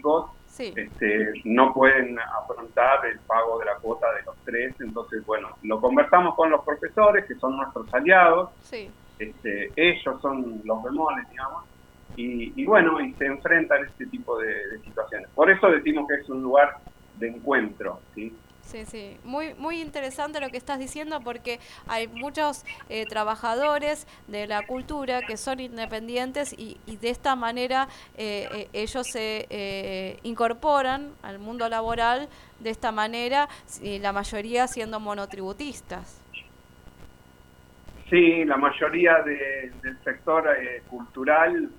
Sí. Este, no pueden afrontar el pago de la cuota de los tres, entonces, bueno, lo conversamos con los profesores, que son nuestros aliados, Sí. este, ellos son los bemoles, digamos, y, y bueno, y se enfrentan a este tipo de, de situaciones. Por eso decimos que es un lugar de encuentro, ¿sí? Sí, sí, muy muy interesante lo que estás diciendo, porque hay muchos eh, trabajadores de la cultura que son independientes y, y de esta manera eh, eh, ellos se eh, incorporan al mundo laboral de esta manera, y la mayoría siendo monotributistas. Sí, la mayoría de, del sector eh, cultural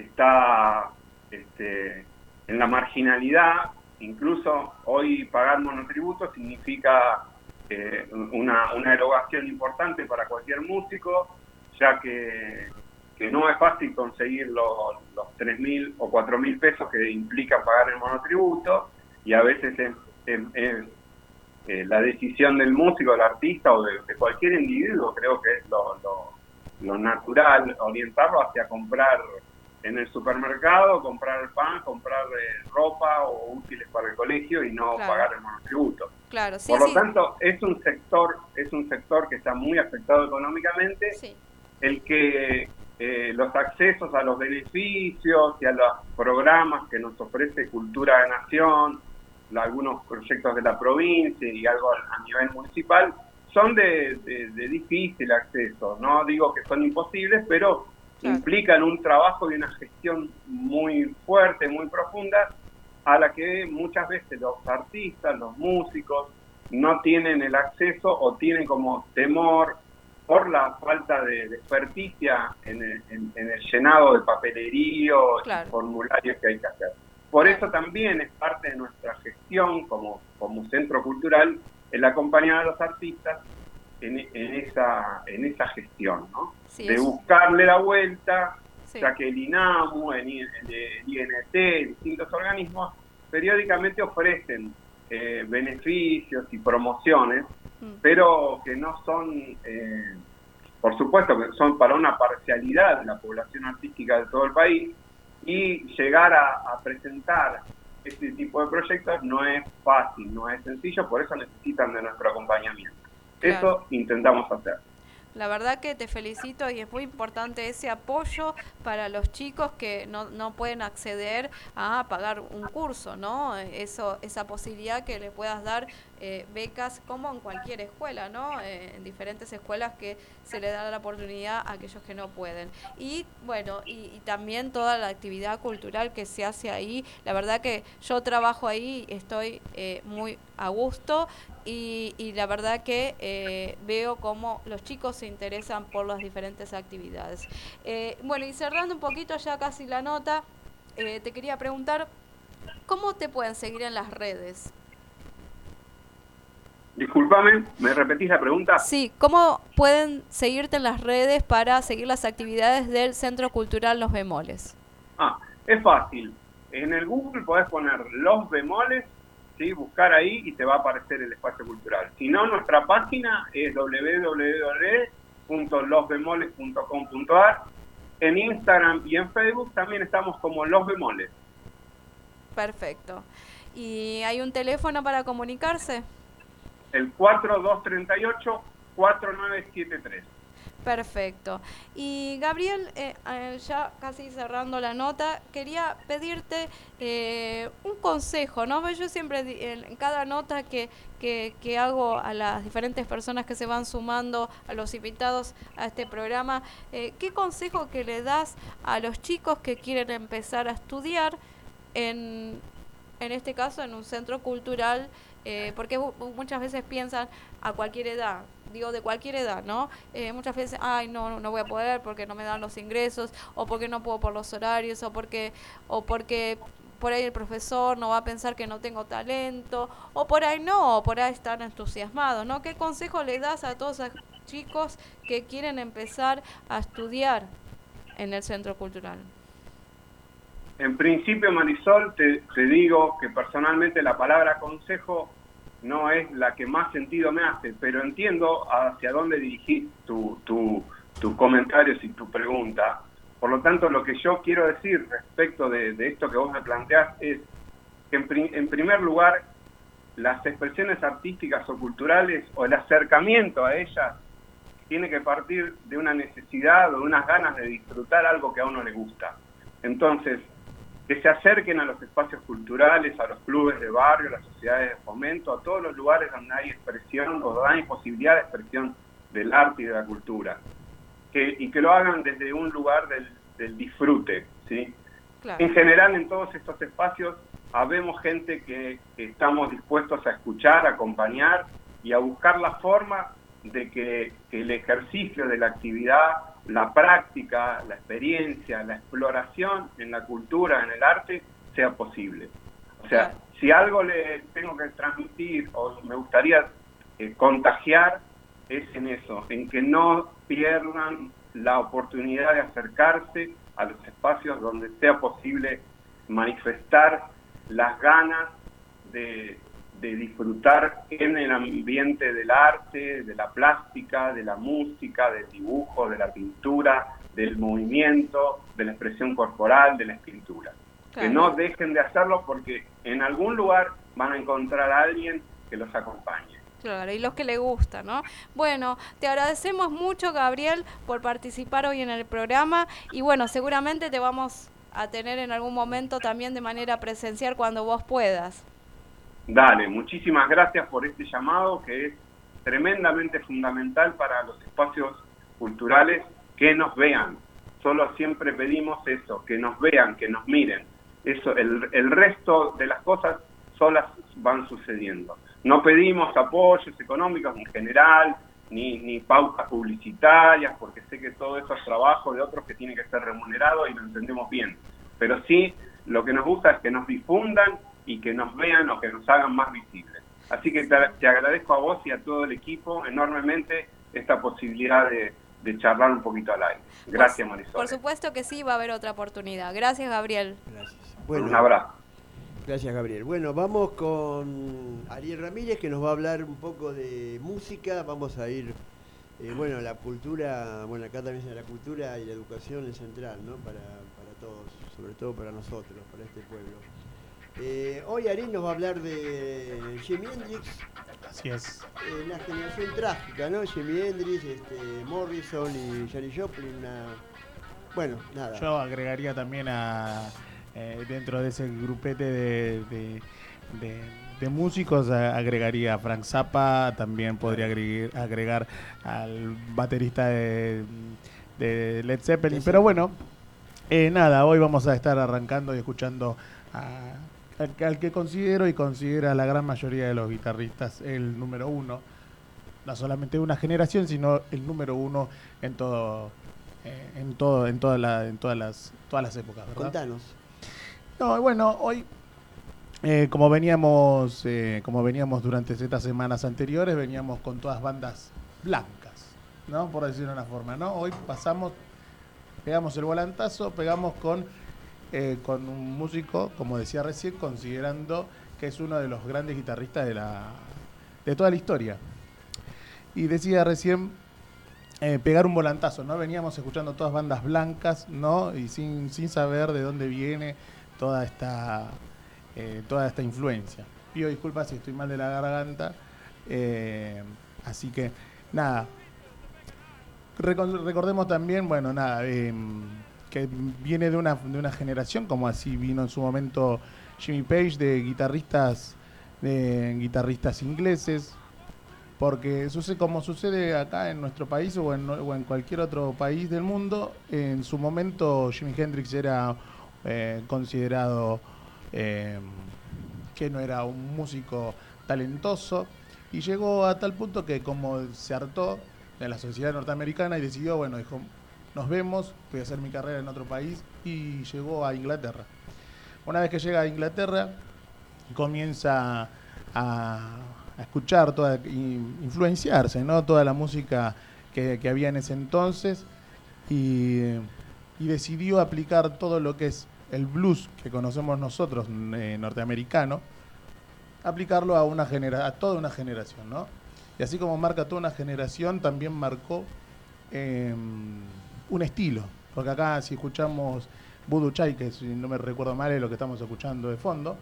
está este, en la marginalidad. Incluso hoy pagar monotributo significa eh, una, una erogación importante para cualquier músico, ya que, que no es fácil conseguir los, los tres mil o cuatro mil pesos que implica pagar el monotributo, y a veces es, es, es eh, la decisión del músico, del artista o de, de cualquier individuo, creo que es lo, lo, lo natural, orientarlo hacia comprar en el supermercado, comprar pan, comprar eh, ropa o útiles para el colegio y no Claro. pagar el monotributo. Claro, sí, Por lo sí. tanto, es un sector es un sector que está muy afectado económicamente, Sí. el que eh, los accesos a los beneficios y a los programas que nos ofrece Cultura de Nación, la, algunos proyectos de la provincia y algo a, a nivel municipal, son de, de, de difícil acceso. No digo que son imposibles, pero Claro. implican un trabajo y una gestión muy fuerte, muy profunda, a la que muchas veces los artistas, los músicos, no tienen el acceso o tienen como temor por la falta de, de experticia en el, en, en el llenado de papelerío, Claro. y formularios que hay que hacer. Por Claro. eso también es parte de nuestra gestión como, como centro cultural el acompañar a los artistas en, en esa en esa gestión, ¿no? Sí, de es- buscarle la vuelta, Sí. ya que el INAMU, el, I- el, el I N T, distintos organismos, periódicamente ofrecen eh, beneficios y promociones, Mm. pero que no son, eh, por supuesto, que son para una parcialidad de la población artística de todo el país, y llegar a, a presentar este tipo de proyectos no es fácil, no es sencillo, por eso necesitan de nuestro acompañamiento. Claro. Eso intentamos hacer. La verdad que te felicito y es muy importante ese apoyo para los chicos que no, no pueden acceder a pagar un curso, ¿no? Eso, esa posibilidad que le puedas dar eh, becas como en cualquier escuela, ¿no? Eh, en diferentes escuelas que se le da la oportunidad a aquellos que no pueden. Y bueno, y, y también toda la actividad cultural que se hace ahí. La verdad que yo trabajo ahí y estoy eh, muy a gusto. Y, y la verdad que eh, veo cómo los chicos se interesan por las diferentes actividades. Eh, bueno, y cerrando un poquito ya casi la nota, eh, te quería preguntar, ¿cómo te pueden seguir en las redes? Discúlpame, ¿me repetís la pregunta? Sí, ¿cómo pueden seguirte en las redes para seguir las actividades del Centro Cultural Los Bemoles? Ah, es fácil. En el Google podés poner Los Bemoles, ¿sí? Buscar ahí y te va a aparecer el espacio cultural. Si no, nuestra página es doble u doble u doble u punto los bemoles punto com punto a r. En Instagram y en Facebook también estamos como Los Bemoles. Perfecto. ¿Y hay un teléfono para comunicarse? El cuatro dos tres ocho, cuatro nueve siete tres. Perfecto. Y Gabriel, eh, eh, ya casi cerrando la nota, quería pedirte eh, un consejo, ¿no? Yo siempre di- en, en cada nota que, que, que hago a las diferentes personas que se van sumando, a los invitados a este programa, eh, ¿qué consejo que le das a los chicos que quieren empezar a estudiar en, en este caso en un centro cultural? Eh, porque bu- muchas veces piensan a cualquier edad, digo de cualquier edad, ¿no? Eh, muchas veces, ay, no, no, no voy a poder porque no me dan los ingresos, o porque no puedo por los horarios, o porque, o porque por ahí el profesor no va a pensar que no tengo talento, o por ahí no, o por ahí están entusiasmados, ¿no? ¿Qué consejo le das a todos esos chicos que quieren empezar a estudiar en el centro cultural? En principio, Marisol, te, te digo que personalmente la palabra consejo no es la que más sentido me hace, pero entiendo hacia dónde dirigís tu, tu, tus comentarios y tu pregunta. Por lo tanto, lo que yo quiero decir respecto de, de esto que vos me planteás es, que en, pri- en primer lugar las expresiones artísticas o culturales o el acercamiento a ellas tiene que partir de una necesidad o de unas ganas de disfrutar algo que a uno le gusta. Entonces, que se acerquen a los espacios culturales, a los clubes de barrio, a las sociedades de fomento, a todos los lugares donde hay expresión o donde hay posibilidad de expresión del arte y de la cultura. Que, y que lo hagan desde un lugar del, del disfrute, ¿sí? Claro. En general, en todos estos espacios, habemos gente que, que estamos dispuestos a escuchar, a acompañar y a buscar la forma de que, que el ejercicio de la actividad, la práctica, la experiencia, la exploración en la cultura, en el arte, sea posible. O sea, Claro. si algo le tengo que transmitir o me gustaría eh, contagiar, es en eso, en que no pierdan la oportunidad de acercarse a los espacios donde sea posible manifestar las ganas de, de disfrutar en el ambiente del arte, de la plástica, de la música, del dibujo, de la pintura, del movimiento, de la expresión corporal, de la escritura. Claro. Que no dejen de hacerlo porque en algún lugar van a encontrar a alguien que los acompañe. Claro, y los que le gusta, ¿no? Bueno, te agradecemos mucho, Gabriel, por participar hoy en el programa y bueno, seguramente te vamos a tener en algún momento también de manera presencial cuando vos puedas. Dale, muchísimas gracias por este llamado que es tremendamente fundamental para los espacios culturales, que nos vean. Solo siempre pedimos eso, que nos vean, que nos miren. Eso, el, el resto de las cosas solas van sucediendo. No pedimos apoyos económicos en general, ni, ni pautas publicitarias, porque sé que todo eso es trabajo de otros que tiene que ser remunerado y lo entendemos bien. Pero sí, lo que nos gusta es que nos difundan y que nos vean o que nos hagan más visibles. Así que te, te agradezco a vos y a todo el equipo enormemente esta posibilidad de, de charlar un poquito al aire. Gracias, Marisol. Por supuesto que sí, va a haber otra oportunidad. Gracias, Gabriel. Gracias. Bueno, Bueno, un abrazo. gracias, Gabriel. Bueno, vamos con Ariel Ramírez, que nos va a hablar un poco de música. Vamos a ir, eh, bueno, la cultura, bueno, acá también la cultura y la educación es central, ¿no? Para, para todos, sobre todo para nosotros, para este pueblo. Eh, hoy Ariel nos va a hablar de Jimi Hendrix. Así es. Eh, una generación trágica, ¿no? Jimi Hendrix, este, Morrison y Janis Joplin. Una... Bueno, nada. Yo agregaría también a eh, dentro de ese grupete de, de, de, de músicos, a, agregaría a Frank Zappa, también podría agregar, agregar al baterista de, de Led Zeppelin. Pero bueno, eh, nada, hoy vamos a estar arrancando y escuchando a... Al, al que considero y considera la gran mayoría de los guitarristas el número uno, no solamente de una generación, sino el número uno en todo, eh, en todo, en toda la, en todas las, todas las épocas, ¿verdad? Contanos. No, bueno, hoy eh, como veníamos, eh, como veníamos durante estas semanas anteriores, veníamos con todas bandas blancas, ¿no? Por decirlo de una forma, ¿no? Hoy pasamos, pegamos el volantazo, pegamos con Eh, con un músico, como decía recién, considerando que es uno de los grandes guitarristas de la de toda la historia. Y decía recién eh, pegar un volantazo, ¿no? Veníamos escuchando todas bandas blancas, ¿no? Y sin, sin saber de dónde viene toda esta eh, toda esta influencia. Pido disculpas si estoy mal de la garganta. Eh, así que, nada. Recor- recordemos también, bueno, nada, eh, que viene de una, de una generación, como así vino en su momento Jimmy Page, de guitarristas de guitarristas ingleses, porque sucede como sucede acá en nuestro país o en, o en cualquier otro país del mundo. En su momento Jimi Hendrix era eh, considerado eh, que no era un músico talentoso, y llegó a tal punto que como se hartó de la sociedad norteamericana y decidió, bueno, dijo, nos vemos, voy a hacer mi carrera en otro país, y llegó a Inglaterra. Una vez que llega a Inglaterra, comienza a, a escuchar, toda, influenciarse, ¿no? Toda la música que, que había en ese entonces, y, y decidió aplicar todo lo que es el blues que conocemos nosotros, eh, norteamericano, aplicarlo a, una genera- a toda una generación, ¿no? Y así como marca toda una generación, también marcó eh, un estilo, porque acá si escuchamos Voodoo Child, que si no me recuerdo mal es lo que estamos escuchando de fondo,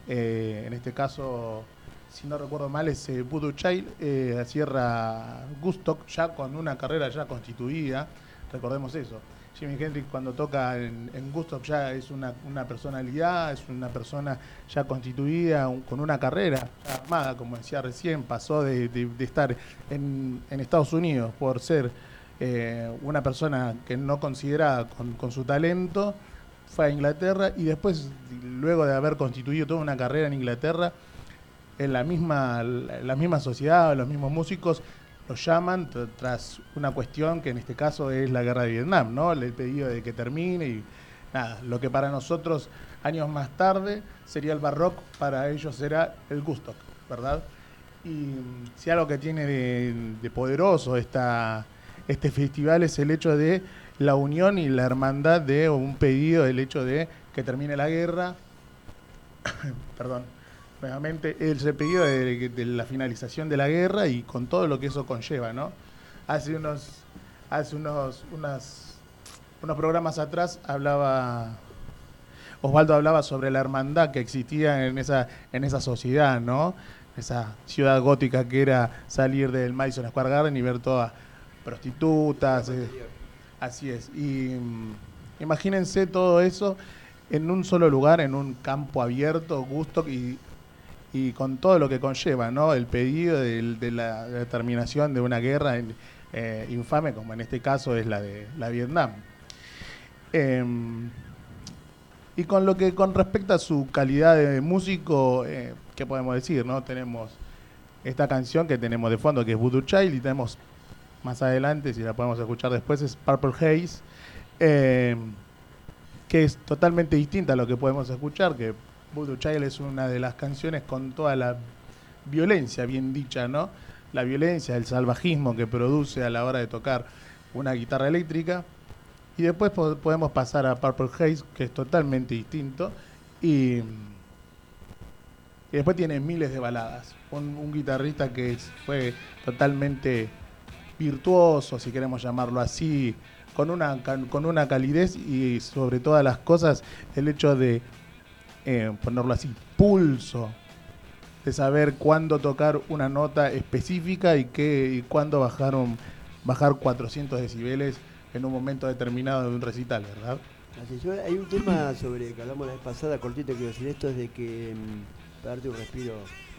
Eh, en este caso, si no recuerdo mal, es eh, Voodoo Child, eh, cierra Woodstock ya con una carrera ya constituida, recordemos eso. Jimi Hendrix cuando toca en, en Woodstock ya es una, una personalidad, es una persona ya constituida, un, con una carrera ya armada, como decía recién, pasó de, de, de estar en, en Estados Unidos por ser eh, una persona que no considerada con, con su talento, fue a Inglaterra y después, luego de haber constituido toda una carrera en Inglaterra, en la misma, la misma sociedad, los mismos músicos los llaman t- tras una cuestión que en este caso es la guerra de Vietnam, ¿no? El pedido de que termine y nada, lo que para nosotros años más tarde sería el Bar Rock, para ellos será el Woodstock, ¿verdad? Y si algo que tiene de, de poderoso esta, este festival es el hecho de la unión y la hermandad de un pedido, el hecho de que termine la guerra, perdón, nuevamente el pedido de, de la finalización de la guerra y con todo lo que eso conlleva, ¿no? Hace unos, hace unos, unas, unos programas atrás hablaba, Osvaldo hablaba sobre la hermandad que existía en esa, en esa sociedad, ¿no? Esa ciudad gótica que era salir del Madison Square Garden y ver todas prostitutas, eh, así es. Y um, imagínense todo eso en un solo lugar, en un campo abierto, Woodstock, y y con todo lo que conlleva, ¿no? El pedido de, de, la, de la terminación de una guerra en, eh, infame, como en este caso es la de la Vietnam. Eh, y con lo que con respecto a su calidad de músico, eh, ¿qué podemos decir, no? Tenemos esta canción que tenemos de fondo, que es Voodoo Child, y tenemos más adelante, si la podemos escuchar después, es Purple Haze, eh, que es totalmente distinta a lo que podemos escuchar, que Voodoo Child es una de las canciones con toda la violencia bien dicha, ¿no? La violencia, el salvajismo que produce a la hora de tocar una guitarra eléctrica. Y después po- podemos pasar a Purple Haze, que es totalmente distinto. Y, y después tiene miles de baladas. Un, un guitarrista que es, fue totalmente virtuoso, si queremos llamarlo así, con una, con una calidez y sobre todas las cosas el hecho de Eh, ponerlo así, pulso, de saber cuándo tocar una nota específica y, qué, y cuándo bajar, un, bajar cuatrocientos decibeles en un momento determinado de un recital, ¿verdad? Así, yo, hay un tema sobre que hablamos la vez pasada, cortito, quiero decir esto, es de que, para darte un respiro,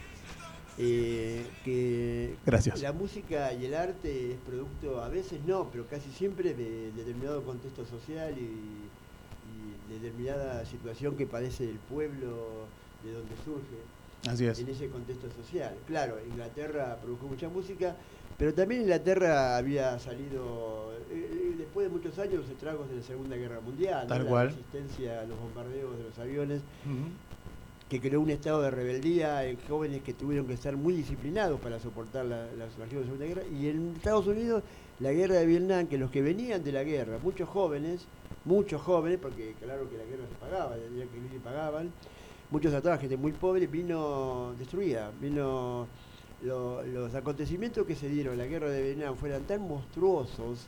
eh, que Gracias. la música y el arte es producto, a veces no, pero casi siempre de, de determinado contexto social y y determinada situación que padece el pueblo de donde surge. Así es. En ese contexto social. Claro, Inglaterra produjo mucha música, pero también Inglaterra había salido, eh, después de muchos años, los estragos de la Segunda Guerra Mundial, Tal ¿no? cual. La resistencia a los bombardeos de los aviones, Uh-huh. que creó un estado de rebeldía en jóvenes que tuvieron que estar muy disciplinados para soportar la, la situación de la Segunda Guerra. Y en Estados Unidos, la guerra de Vietnam, que los que venían de la guerra, muchos jóvenes, muchos jóvenes, porque claro que la guerra se pagaba, ya que ni pagaban, muchos trataban gente muy pobre, vino destruida, vino lo, los acontecimientos que se dieron en la guerra de Vietnam fueran tan monstruosos,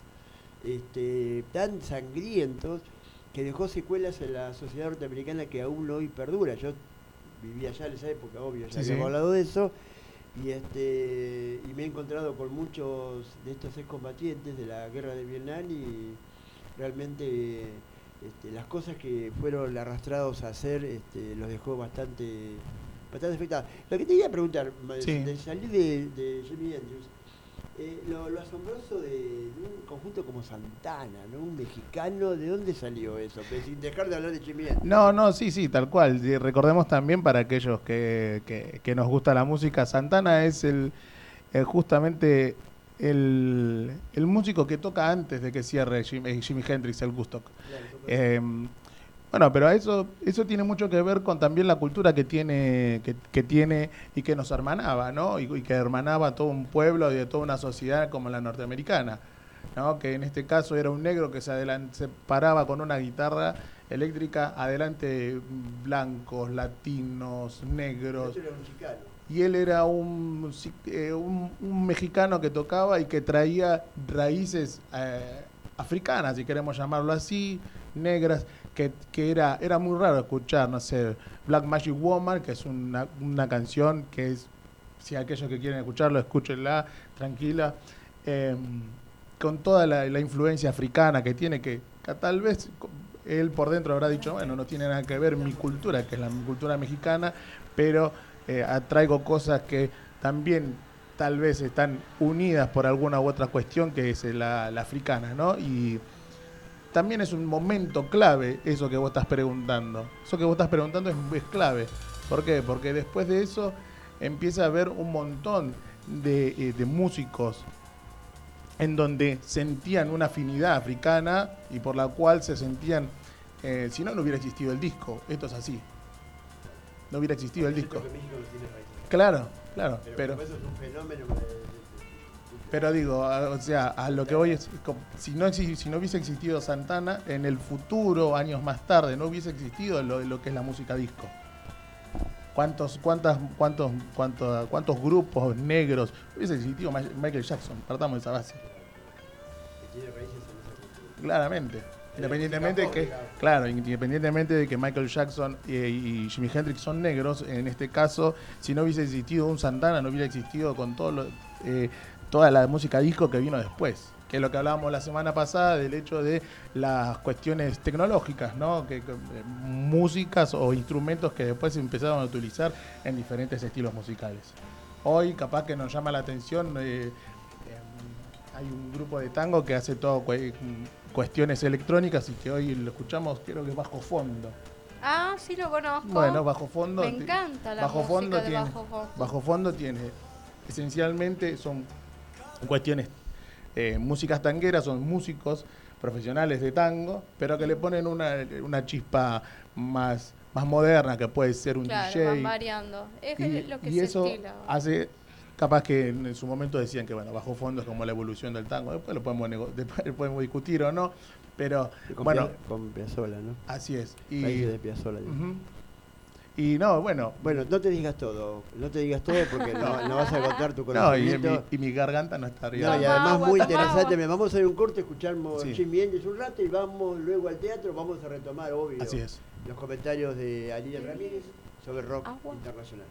este, tan sangrientos, que dejó secuelas en la sociedad norteamericana que aún hoy perdura. Yo vivía allá en esa época, obvio, ya Sí, habíamos sí. hablado de eso, y este y me he encontrado con muchos de estos excombatientes de la guerra de Vietnam y realmente este, las cosas que fueron arrastrados a hacer este, los dejó bastante bastante afectados. Lo que te quería preguntar, Sí. de salir de, de Jimi Hendrix, eh, lo, lo asombroso de, de un conjunto como Santana, ¿no? Un mexicano, ¿de dónde salió eso? Pero sin dejar de hablar de Jimi Hendrix. No, no, sí, sí, tal cual. Y recordemos también para aquellos que, que, que nos gusta la música, Santana es el, el justamente el, el músico que toca antes de que cierre Jimi, Jimi Hendrix el Woodstock. Claro, tocó- Eh, bueno, pero eso eso tiene mucho que ver con también la cultura que tiene que, que tiene y que nos hermanaba, ¿no? Y, y que hermanaba a todo un pueblo y a toda una sociedad como la norteamericana, ¿no? Que en este caso era un negro que se, adelan- se paraba con una guitarra eléctrica adelante blancos, latinos, negros. Eso era un chicano. Y él era un, eh, un, un mexicano que tocaba y que traía raíces eh, africanas, si queremos llamarlo así, negras, que, que era, era muy raro escuchar, no sé, Black Magic Woman, que es una, una canción que es, si aquellos que quieren escucharlo, escúchenla, tranquila, eh, con toda la, la influencia africana que tiene, que, que tal vez él por dentro habrá dicho, bueno, no tiene nada que ver mi cultura, que es la cultura mexicana, pero eh, traigo cosas que también tal vez están unidas por alguna u otra cuestión, que es la, la africana, ¿no? Y también es un momento clave eso que vos estás preguntando. Eso que vos estás preguntando es, es clave. ¿Por qué? Porque después de eso empieza a haber un montón de, eh, de músicos en donde sentían una afinidad africana y por la cual se sentían, eh, si no, no hubiera existido el disco. Esto es así. No hubiera existido el disco. Claro, claro. Pero, eso es un fenómeno. pero digo, a, o sea, a lo que voy es, si no, exi- si no hubiese existido Santana, en el futuro, años más tarde, no hubiese existido lo, lo que es la música disco. ¿Cuántos, cuántas, cuántos, cuántos, cuántos grupos negros hubiese existido Michael Jackson? Partamos de esa base. Claramente. Independientemente de que, claro, independientemente de que Michael Jackson y, y Jimi Hendrix son negros, en este caso, si no hubiese existido un Santana, no hubiera existido con todo lo, eh, toda la música disco que vino después. Que es lo que hablábamos la semana pasada del hecho de las cuestiones tecnológicas, ¿no? Que, que eh, músicas o instrumentos que después se empezaron a utilizar en diferentes estilos musicales. Hoy capaz que nos llama la atención, eh, eh, hay un grupo de tango que hace todo cu- cuestiones electrónicas y que hoy lo escuchamos, creo que es Bajo Fondo. Ah, sí lo conozco. Bueno, Bajo Fondo. Me encanta la Bajo música Fondo de tiene, Bajo Fondo. Bajo Fondo tiene, esencialmente son cuestiones, eh, músicas tangueras, son músicos profesionales de tango, pero que le ponen una, una chispa más, más moderna, que puede ser un Claro, D J. van variando. Es Y, lo que y se eso estila. hace, capaz que en su momento decían que bueno, Bajo Fondo es como la evolución del tango, después lo podemos, nego- después lo podemos discutir o no, pero Con bueno, Pia- con Piazzolla, ¿no? así es. Y, Países de Piazzolla. ujú. Y no, bueno, Bueno, no te digas todo, no te digas todo porque no, no vas a agotar tu no, y, conocimiento. mi, y mi garganta no está arriba. No, y Toma además agua, muy toma interesante. agua. Me vamos a hacer un corte, escuchamos Sí. Jimi Hendrix un rato y vamos luego al teatro. Vamos a retomar, obvio, Así es. los comentarios de Alina Ramírez sobre rock Agua. internacional.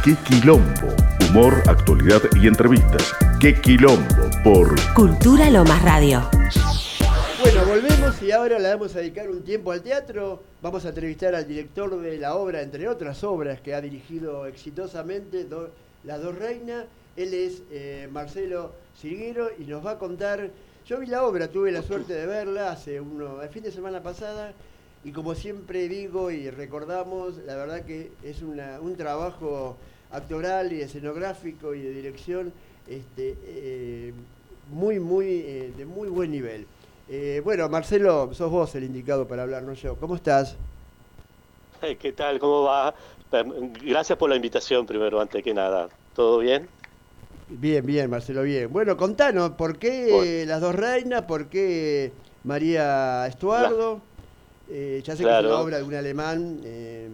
¡Qué quilombo! Humor, actualidad y entrevistas. ¡Qué quilombo! Por Cultura Lomas Radio. Bueno, volvemos y ahora le vamos a dedicar un tiempo al teatro. Vamos a entrevistar al director de la obra, entre otras obras que ha dirigido exitosamente, do, Las Dos Reinas. Él es eh, Marcelo Silguero y nos va a contar. Yo vi la obra, tuve la suerte de verla hace uno, el fin de semana pasada, y como siempre digo y recordamos, la verdad que es una, un trabajo actoral y escenográfico y de dirección este, eh, muy, muy, eh, de muy buen nivel. Eh, bueno, Marcelo, sos vos el indicado para hablar, no yo. ¿Cómo estás? ¿Qué tal? ¿Cómo va? Gracias por la invitación primero, antes que nada. ¿Todo bien? Bien, bien, Marcelo, bien. Bueno, contanos, ¿por qué bueno. Las Dos Reinas? ¿Por qué María Estuardo? La... Eh, ya sé claro. que es una obra de un alemán eh,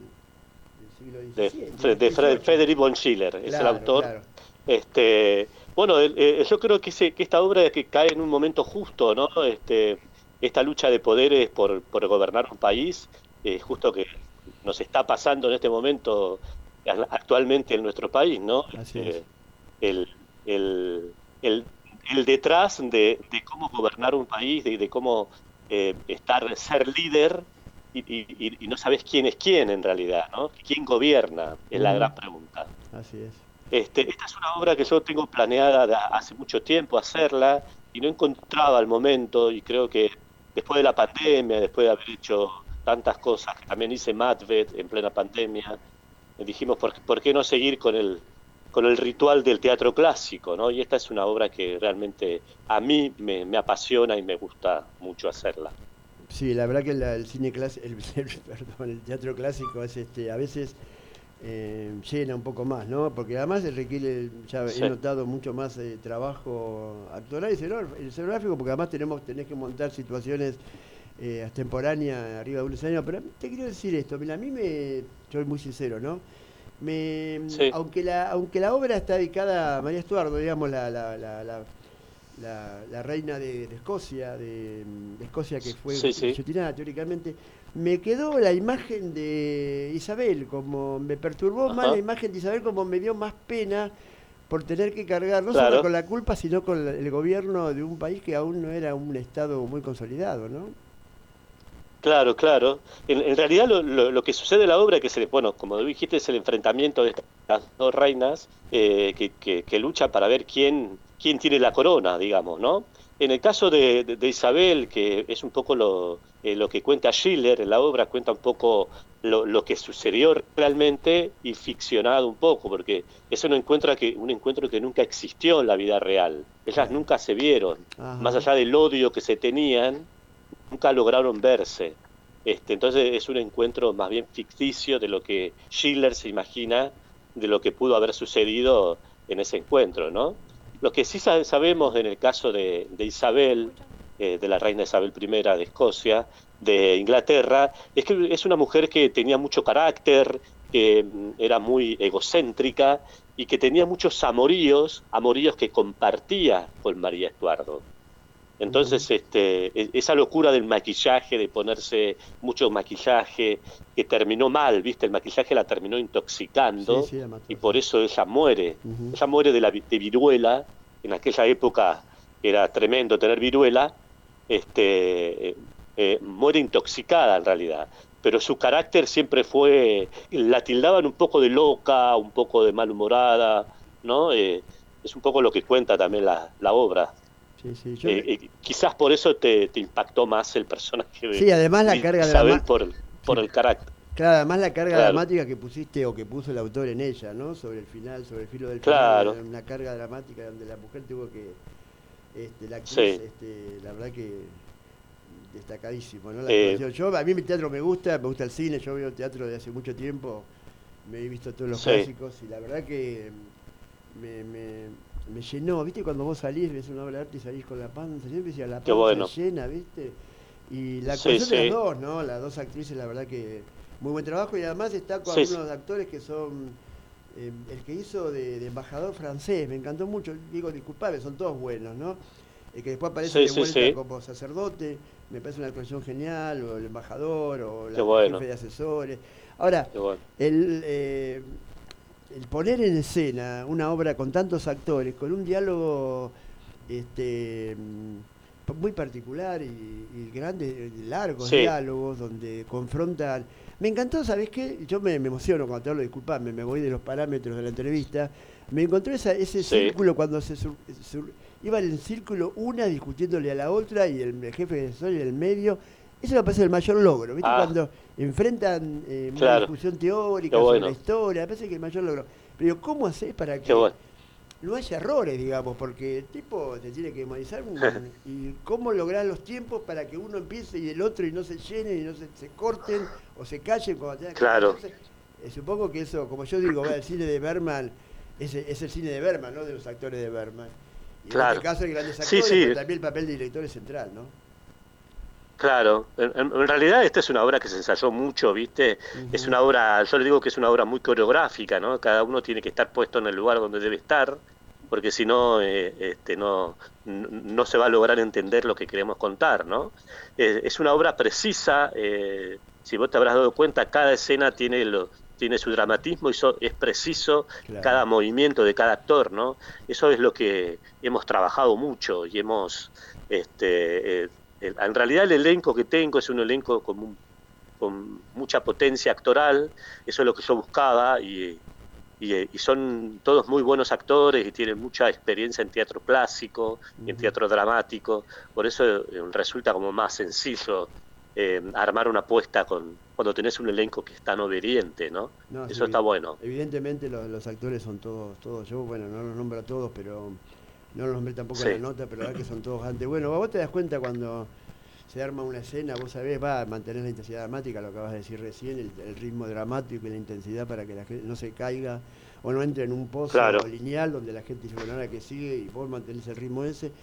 del, del siglo diecisiete. De, de, de Friedrich von Schiller, claro, es el autor. Claro. Este... Bueno, eh, yo creo que, ese, que esta obra que cae en un momento justo, ¿no? Este, esta lucha de poderes por, por gobernar un país, eh, justo que nos está pasando en este momento actualmente en nuestro país, ¿no? Así eh, es. El, el, el, el detrás de, de cómo gobernar un país, de, de cómo eh, estar, ser líder y, y, y no sabes quién es quién en realidad, ¿no? ¿Quién gobierna? Es uh-huh. la gran pregunta. Así es. Este, esta es una obra que yo tengo planeada de hace mucho tiempo hacerla y no encontraba el momento, y creo que después de la pandemia, después de haber hecho tantas cosas, que también hice Macbeth en plena pandemia, dijimos ¿por, por qué no seguir con el, con el ritual del teatro clásico, ¿no? Y esta es una obra que realmente a mí me, me apasiona y me gusta mucho hacerla. Sí, la verdad que la, el cine clásico, el, perdón, el teatro clásico es este, a veces Eh, llena un poco más, ¿no? Porque además requiere, ya sí. he notado mucho más eh, trabajo actoral y escenográfico, porque además tenemos tenés que montar situaciones eh, extemporáneas arriba de un escenario. Pero te quiero decir esto, mira, a mí me, soy muy sincero, ¿no? Me, sí. aunque la aunque la obra está dedicada a María Estuardo, digamos, la la, la, la, la, la reina de, de Escocia, de, de Escocia que fue sí, sí. guillotinada teóricamente, me quedó la imagen de Isabel, como me perturbó Ajá. más la imagen de Isabel, como me dio más pena por tener que cargar, no claro. solo con la culpa, sino con el gobierno de un país que aún no era un estado muy consolidado, ¿no? Claro, claro. En, en realidad lo, lo, lo que sucede en la obra, que se, bueno, como dijiste, es el enfrentamiento de estas dos reinas eh, que, que, que luchan para ver quién, quién tiene la corona, digamos, ¿no? En el caso de, de, de Isabel, que es un poco lo, eh, lo que cuenta Schiller en la obra, cuenta un poco lo, lo que sucedió realmente y ficcionado un poco, porque es un encuentro que, un encuentro que nunca existió en la vida real. Ellas Ajá. nunca se vieron, Ajá. más allá del odio que se tenían, nunca lograron verse. Este, entonces es un encuentro más bien ficticio de lo que Schiller se imagina, de lo que pudo haber sucedido en ese encuentro, ¿no? Lo que sí sabemos en el caso de, de Isabel, eh, de la reina Isabel primera de Escocia, de Inglaterra, es que es una mujer que tenía mucho carácter, que era muy egocéntrica y que tenía muchos amoríos, amoríos que compartía con María Estuardo. Entonces, este, esa locura del maquillaje, de ponerse mucho maquillaje, que terminó mal, ¿viste? El maquillaje la terminó intoxicando, sí, sí, y por eso ella muere. Uh-huh. Ella muere de, la, de viruela. En aquella época era tremendo tener viruela. Este, eh, eh, muere intoxicada en realidad. Pero su carácter siempre fue, la tildaban un poco de loca, un poco de malhumorada, ¿no? Eh, es un poco lo que cuenta también la, la obra. Sí, sí, yo... eh, eh, quizás por eso te, te impactó más el personaje de sí, además la carga Isabel drama... por, por sí. el carácter. Claro, además la carga claro. dramática que pusiste o que puso el autor en ella, ¿no? Sobre el final, sobre el filo del claro. final, una carga dramática donde la mujer tuvo que, este, la actriz, sí. este, la verdad que destacadísimo, ¿no? La eh... yo, a mí mi teatro me gusta, me gusta el cine, yo veo teatro desde hace mucho tiempo, me he visto todos los sí. clásicos y la verdad que me... me me llenó, ¿viste? Cuando vos salís, ves una obra de arte y salís con la panza, siempre decía la panza bueno. llena, ¿viste? Y la sí, actuación sí. de las dos, ¿no? Las dos actrices, la verdad que muy buen trabajo, y además está con sí, algunos sí. actores que son, eh, el que hizo de, de embajador francés, me encantó mucho, digo, disculpame, son todos buenos, ¿no? El que después aparece sí, de vuelta sí, sí. como sacerdote, me parece una actuación genial, o el embajador, o la bueno. jefe de asesores. Ahora, bueno. el... Eh, el poner en escena una obra con tantos actores, con un diálogo este, muy particular y, y grandes, largos sí. diálogos donde confrontan. Me encantó, ¿sabés qué? Yo me, me emociono cuando te hablo, disculpame, me voy de los parámetros de la entrevista. Me encontré esa, ese sí. círculo cuando se sur, sur, iban en círculo una discutiéndole a la otra y el, el jefe de asesor en el medio. Eso me parece el mayor logro, ¿viste? Ah. Cuando enfrentan eh, claro. una discusión teórica Qué sobre bueno. la historia, me parece que el mayor logro. Pero ¿cómo haces para que bueno. no haya errores, digamos? Porque el tipo te tiene que memorizar un, y cómo lograr los tiempos para que uno empiece y el otro y no se llenen y no se, se corten o se callen cuando tengan claro. que Entonces, eh, supongo que eso, como yo digo, el cine de Bergman es, es el cine de Bergman, ¿no? De los actores de Bergman. Y claro. en este caso hay grandes actores, sí, sí. pero también el papel de director es central, ¿no? Claro, en, en realidad esta es una obra que se ensayó mucho, ¿viste? Uh-huh. Es una obra, yo le digo que es una obra muy coreográfica, ¿no? Cada uno tiene que estar puesto en el lugar donde debe estar, porque si no, eh, este, no, no se va a lograr entender lo que queremos contar, ¿no? Eh, es una obra precisa, eh, si vos te habrás dado cuenta, cada escena tiene lo, tiene su dramatismo y so, es preciso claro. cada movimiento de cada actor, ¿no? Eso es lo que hemos trabajado mucho y hemos... este eh, En realidad el elenco que tengo es un elenco con, un, con mucha potencia actoral, eso es lo que yo buscaba, y, y, y son todos muy buenos actores y tienen mucha experiencia en teatro clásico, uh-huh. en teatro dramático, por eso eh, resulta como más sencillo eh, armar una apuesta con, cuando tenés un elenco que es tan obediente, ¿no? no eso sí, está bueno. Evidentemente los, los actores son todos, todos, yo bueno, no los nombro a todos, pero... No los nombré tampoco sí. en la nota, pero la verdad que son todos bastante buenos. Vos te das cuenta cuando se arma una escena, vos sabés, va a mantener la intensidad dramática, lo acabas de decir recién, el, el ritmo dramático y la intensidad para que la gente no se caiga o no entre en un pozo claro. lineal donde la gente dice, bueno, ahora que sigue y vos mantenés el ritmo ese.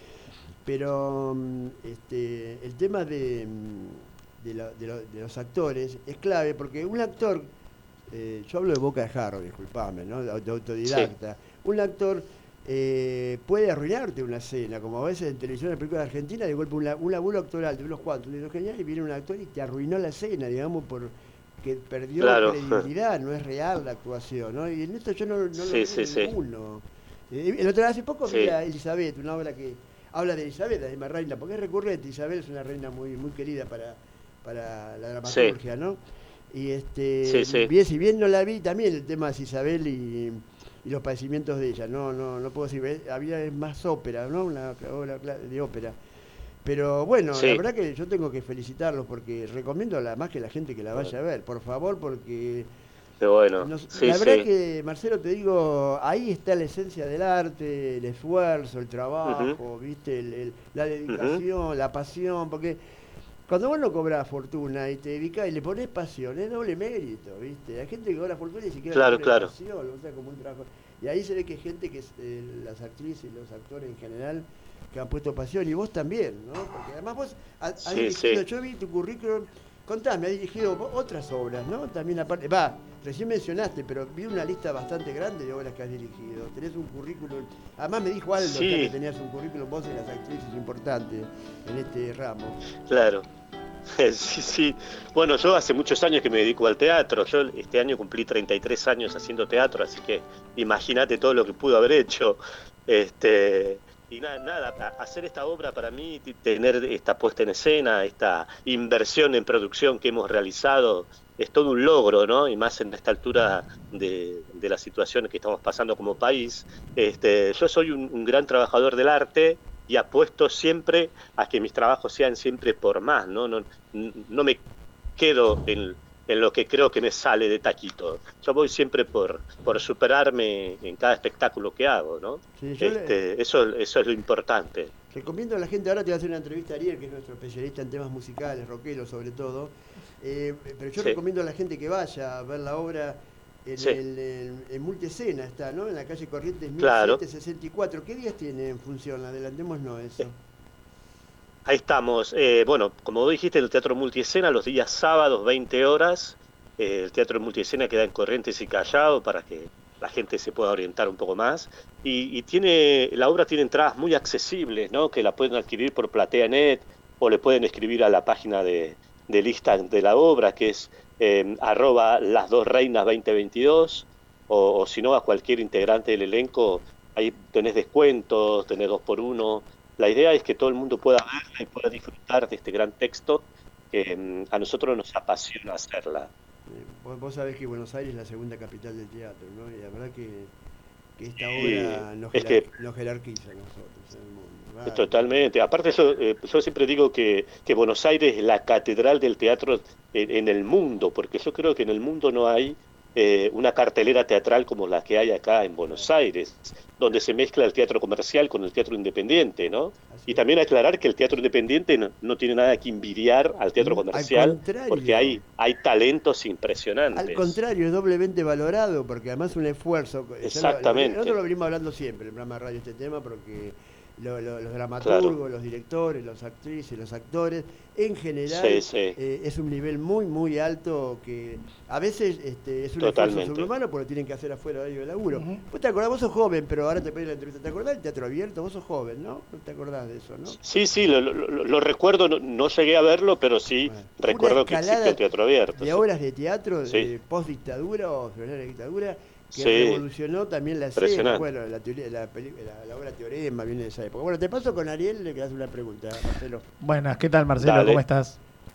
Pero este, el tema de, de, la, de, lo, de los actores es clave porque un actor, eh, yo hablo de boca de jarro, disculpame, ¿no? De autodidacta, sí. un actor... Eh, puede arruinarte una escena, como a veces en televisión, en películas argentinas, de golpe un, un laburo actoral de unos cuantos, de lo genial, y viene un actor y te arruinó la escena, digamos, por que perdió claro. credibilidad, no es real la actuación, ¿no? Y en esto yo no, no sí, lo veo sí, ninguno. Sí. Eh, el otro, hace poco sí. vi a Elizabeth, una obra que habla de Elizabeth, la misma reina, porque es recurrente, Isabel es una reina muy muy querida para, para la dramaturgia, sí. ¿no? Y este, sí, sí. Bien, si bien no la vi, también el tema de Isabel y... y los padecimientos de ella, no no no puedo decir, había más ópera, ¿no? Una obra de ópera. Pero bueno, sí. la verdad que yo tengo que felicitarlos porque recomiendo a la, más que la gente que la vaya a ver, por favor, porque Qué bueno. nos, sí, la verdad sí. que, Marcelo, te digo, ahí está la esencia del arte, el esfuerzo, el trabajo, uh-huh. ¿viste? El, el, la dedicación, uh-huh. la pasión, porque cuando vos no cobras fortuna y te dedicas y le pones pasión, es doble mérito, ¿viste? Hay gente que cobra fortuna y ni siquiera claro, le claro. pasión, o sea, como un trabajo. Y ahí se ve que hay gente que es, eh, las actrices y los actores en general, que han puesto pasión, y vos también, ¿no? Porque además vos has, has sí, dirigido, sí. yo vi tu currículum, contame, has dirigido otras obras, ¿no? También aparte, va, recién mencionaste, pero vi una lista bastante grande de obras que has dirigido. Tenés un currículum, además me dijo Aldo sí. que tenías un currículum, vos y las actrices importantes en este ramo. Claro. Sí, sí. Bueno, yo hace muchos años que me dedico al teatro. Yo este año cumplí treinta y tres años haciendo teatro, así que imagínate todo lo que pude haber hecho. Este, y nada, nada, hacer esta obra para mí, tener esta puesta en escena, esta inversión en producción que hemos realizado, es todo un logro, ¿no? Y más en esta altura de, de las situaciones que estamos pasando como país. Este, yo soy un, un gran trabajador del arte y apuesto siempre a que mis trabajos sean siempre por más, ¿no? No, no me quedo en, en lo que creo que me sale de taquito. Yo voy siempre por, por superarme en cada espectáculo que hago, ¿no? Sí, este, le... eso, eso es lo importante. Recomiendo a la gente, ahora te voy a hacer una entrevista a Ariel, que es nuestro especialista en temas musicales, rockero sobre todo, eh, pero yo sí. recomiendo a la gente que vaya a ver la obra. En, sí. el, en, en Multiescena está, ¿no? En la calle Corrientes mil setecientos sesenta y cuatro. Claro. ¿Qué días tiene en función? Adelantémonos eso. Ahí estamos. Eh, bueno, como vos dijiste, el Teatro Multiescena, los días sábados, veinte horas. Eh, el Teatro Multiescena queda en Corrientes y Callao para que la gente se pueda orientar un poco más. Y, y tiene la obra tiene entradas muy accesibles, ¿no? Que la pueden adquirir por PlateaNet o le pueden escribir a la página de, de lista de la obra, que es... Eh, arroba las dos reinas veinte veintidós o, o si no a cualquier integrante del elenco, ahí tenés descuentos, tenés dos por uno. La idea es que todo el mundo pueda verla y pueda disfrutar de este gran texto que mm, a nosotros nos apasiona hacerla. Eh, vos, vos sabés que Buenos Aires es la segunda capital del teatro, ¿no? Y la verdad que, que esta Sí, obra nos, es jerar- que nos jerarquiza a nosotros en el mundo. Vale. totalmente. Aparte, yo, eh, yo siempre digo que, que Buenos Aires es la catedral del teatro en, en el mundo, porque yo creo que en el mundo no hay eh, una cartelera teatral como la que hay acá en Buenos Aires, donde se mezcla el teatro comercial con el teatro independiente, ¿no? Así Y es. también aclarar que el teatro independiente no, no tiene nada que envidiar al teatro Mm, al comercial, contrario. porque hay, hay talentos Al impresionantes. contrario, es doblemente valorado, porque además un esfuerzo. ya lo- lo- Exactamente. nosotros lo venimos hablando siempre en el programa de radio este tema, porque lo- lo- los Claro. dramaturgos, los directores, las actrices, los actores, en general Sí, sí. eh, es un nivel muy, muy alto que a veces este, es un Totalmente. esfuerzo sobrehumano porque lo tienen que hacer afuera del laburo. Ujú. Vos te acordás, vos sos joven, pero ahora te pedí la entrevista. ¿Te acordás del teatro abierto? Vos sos joven, ¿no? No te acordás de eso, ¿no? Sí, sí, lo, lo- lo- lo recuerdo, no, no llegué a verlo, pero sí Bueno, recuerdo una que existe escalada el teatro abierto. de sí. obras de teatro Sí. de post-dictadura o sobre la dictadura que Sí. revolucionó también la escena. Impresionante. Bueno, la, teoría, la, peli- la, la obra Teorema viene de esa época. Bueno, te paso con Ariel, le quedas una pregunta, Marcelo. Buenas, ¿qué tal, Marcelo? Dale. ¿Cómo estás?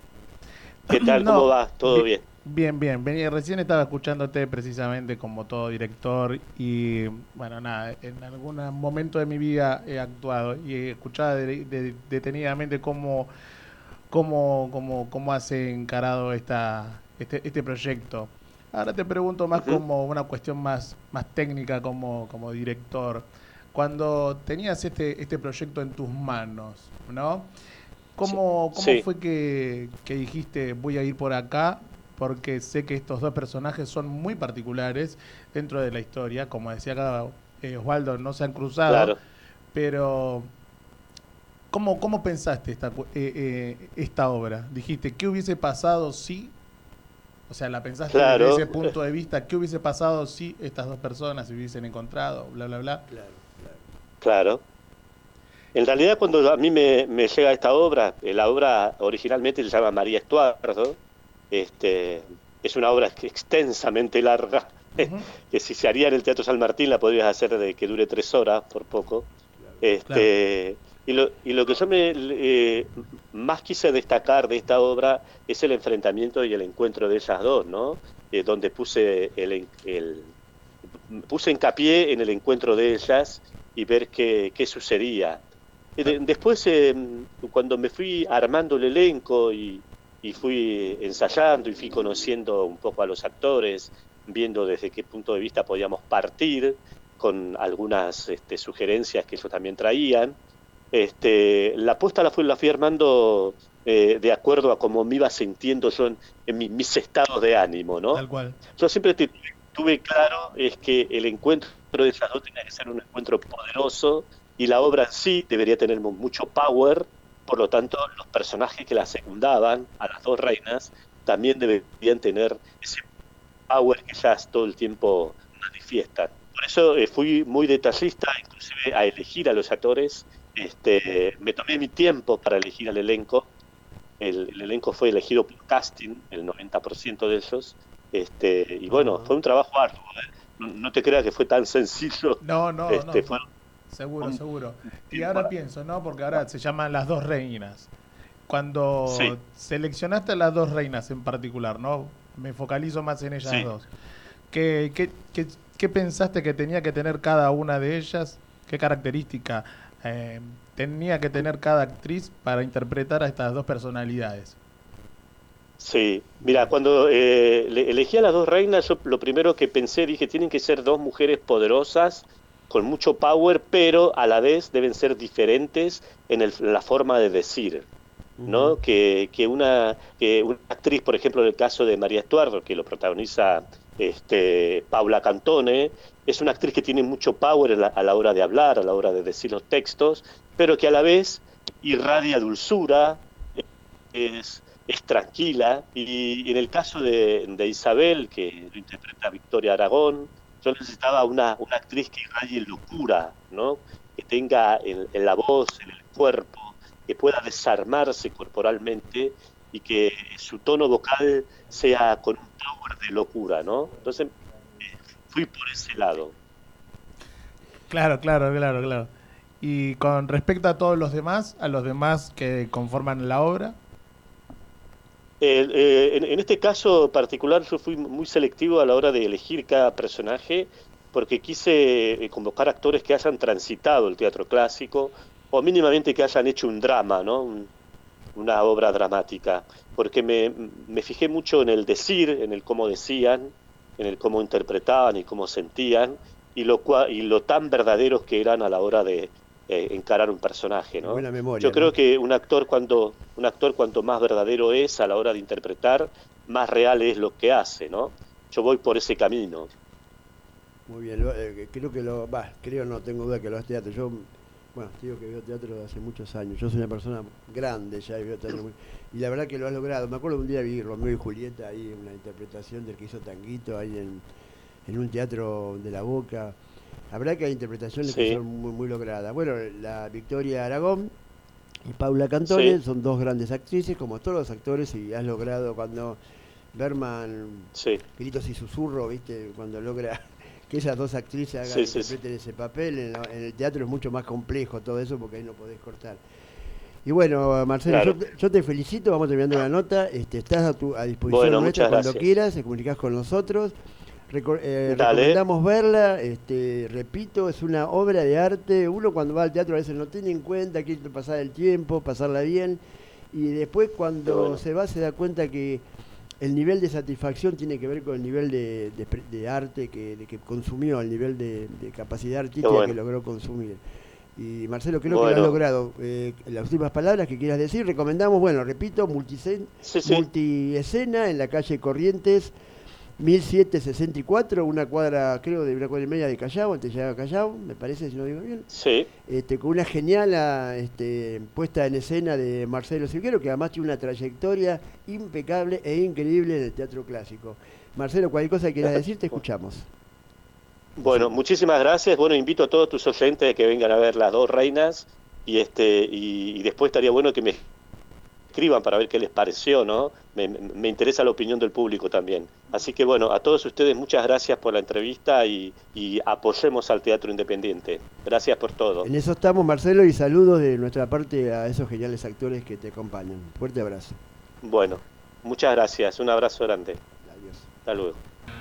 ¿Qué tal? No, ¿Cómo va? ¿Todo bi- bien? Bien, bien. Venía, recién estaba escuchándote precisamente como todo director y, bueno, nada, en algún momento de mi vida he actuado y escuchaba de- de- detenidamente cómo, cómo, cómo, cómo has encarado esta, este, este proyecto. Ahora te pregunto más Ujú. como una cuestión más, más técnica como, como director. Cuando tenías este, este proyecto en tus manos, ¿no? ¿Cómo, cómo Sí. fue que, que dijiste voy a ir por acá? Porque sé que estos dos personajes son muy particulares dentro de la historia. Como decía acá eh, Osvaldo, no se han cruzado. Claro. Pero, ¿cómo, cómo pensaste esta, cu- eh, eh, esta obra? Dijiste, ¿qué hubiese pasado si... O sea, la pensaste Claro. desde ese punto de vista, ¿qué hubiese pasado si estas dos personas se hubiesen encontrado? Bla, bla, bla. Claro, claro. Claro. En realidad, cuando a mí me, me llega esta obra, eh, la obra originalmente se llama María Estuardo, este, es una obra que- extensamente larga, Ujú. que si se haría en el Teatro San Martín la podrías hacer de que dure tres horas, por poco. Este, y, lo, y lo que yo me eh, más quise destacar de esta obra es el enfrentamiento y el encuentro de ellas dos, ¿no? Eh, donde puse el, en- el puse hincapié en el encuentro de ellas y ver qué, qué sucedía. Y de- después, eh, cuando me fui armando el elenco y, y fui ensayando y fui conociendo un poco a los actores, viendo desde qué punto de vista podíamos partir, con algunas este, sugerencias que ellos también traían, este, la apuesta la fui, la fui armando eh, de acuerdo a cómo me iba sintiendo yo en, en mi- mis estados de ánimo, ¿no? Tal cual. Yo siempre te- tuve claro es que el encuentro de esas dos tenía que ser un encuentro poderoso y la obra en sí debería tener mu- mucho power, por lo tanto los personajes que la secundaban a las dos reinas también deberían tener ese power que ellas todo el tiempo manifiestan. Por eso eh, fui muy detallista, inclusive a elegir a los actores. Este, me tomé mi tiempo para elegir al elenco. El, el elenco fue elegido por casting, el noventa por ciento de ellos. Este, y bueno, Ah. fue un trabajo arduo. ¿eh? No, no te creas que fue tan sencillo. No, no, Este, no. fue- Seguro, un- seguro. Y tiempo ahora para- pienso, ¿no? Porque ahora se llaman las dos reinas. Cuando Sí. seleccionaste a las dos reinas en particular, ¿no? Me focalizo más en ellas Sí. dos. ¿Qué, qué, qué, qué pensaste que tenía que tener cada una de ellas? ¿Qué característica eh, tenía que tener cada actriz para interpretar a estas dos personalidades? Sí, mira, cuando eh, le- elegí a las dos reinas, yo lo primero que pensé, dije, tienen que ser dos mujeres poderosas, con mucho power, pero a la vez deben ser diferentes en, el- en la forma de decir, ¿no? Ujú. Que, que una, que una actriz, por ejemplo, en el caso de María Estuardo, que lo protagoniza este, Paula Cantone, es una actriz que tiene mucho power en la- a la hora de hablar, a la hora de decir los textos, pero que a la vez irradia dulzura, es, es tranquila, y en el caso de, de Isabel, que lo interpreta Victoria Aragón, yo necesitaba una, una actriz que irradie locura, ¿no? Que tenga en, en la voz, en el cuerpo, que pueda desarmarse corporalmente y que su tono vocal sea con un power de locura, ¿no? Entonces, eh, fui por ese lado. Claro, claro, claro, claro. Y con respecto a todos los demás, a los demás que conforman la obra. Eh, eh, en, en este caso particular yo fui muy selectivo a la hora de elegir cada personaje, porque quise eh, convocar actores que hayan transitado el teatro clásico, o mínimamente que hayan hecho un drama, ¿no? Un, una obra dramática, porque me, me fijé mucho en el decir, en el cómo decían, en el cómo interpretaban y cómo sentían, y lo, cua, y lo tan verdaderos que eran a la hora de eh, encarar un personaje, ¿no? Buena memoria, Yo creo ¿no? que un actor cuando un actor cuanto más verdadero es a la hora de interpretar, más real es lo que hace, ¿no? Yo voy por ese camino. Muy bien, lo, eh, creo que lo, va, creo, no tengo duda que lo hace teatro. Yo, bueno, te digo que veo teatro desde hace muchos años. Yo soy una persona grande ya y veo teatro muy, y la verdad que lo has logrado. Me acuerdo un día vi Romeo y Julieta ahí, una interpretación del que hizo Tanguito ahí en, en un teatro de La Boca. Habrá que hay interpretaciones Sí. que son muy, muy logradas. Bueno, la Victoria Aragón y Paula Cantone Sí. son dos grandes actrices, como todos los actores, y has logrado cuando Berman, Sí. Gritos y Susurro, ¿viste? Cuando logra que esas dos actrices hagan, Sí, sí, interpreten ese papel. En, la- en el teatro es mucho más complejo todo eso porque ahí no podés cortar. Y bueno, Marcelo, Claro. yo, te, yo te felicito, vamos terminando la nota. Este, estás a, tu, a disposición Bueno, nuestra muchas cuando gracias. quieras, te comunicás con nosotros. Recor- eh, Dale. recomendamos verla, este, repito, es una obra de arte. Uno cuando va al teatro a veces no tiene en cuenta, quiere pasar el tiempo, pasarla bien, y después cuando Qué bueno. se va se da cuenta que el nivel de satisfacción tiene que ver con el nivel de, de pre- de arte que, de que consumió, el nivel de, de capacidad artística bueno. que logró consumir. Y Marcelo, creo que lo Bueno. has logrado. Eh, las últimas palabras que quieras decir, recomendamos, bueno, repito, multicen- Sí, sí. multiescena en la calle Corrientes mil setecientos sesenta y cuatro, una cuadra, creo, de una cuadra y media de Callao, antes de llegar a Callao, me parece, si no digo bien. Sí. Este, con una genial ah, este, puesta en escena de Marcelo Silguero, que además tiene una trayectoria impecable e increíble en el teatro clásico. Marcelo, cualquier cosa que quieras decir, te escuchamos. Bueno, muchísimas gracias. Bueno, invito a todos tus oyentes a que vengan a ver Las Dos Reinas y este y, y después estaría bueno que me escriban para ver qué les pareció, ¿no? Me, me interesa la opinión del público también. Así que bueno, a todos ustedes muchas gracias por la entrevista y, y apoyemos al teatro independiente. Gracias por todo. En eso estamos, Marcelo, y saludos de nuestra parte a esos geniales actores que te acompañan. Fuerte abrazo. Bueno, muchas gracias. Un abrazo grande. Adiós. Hasta luego.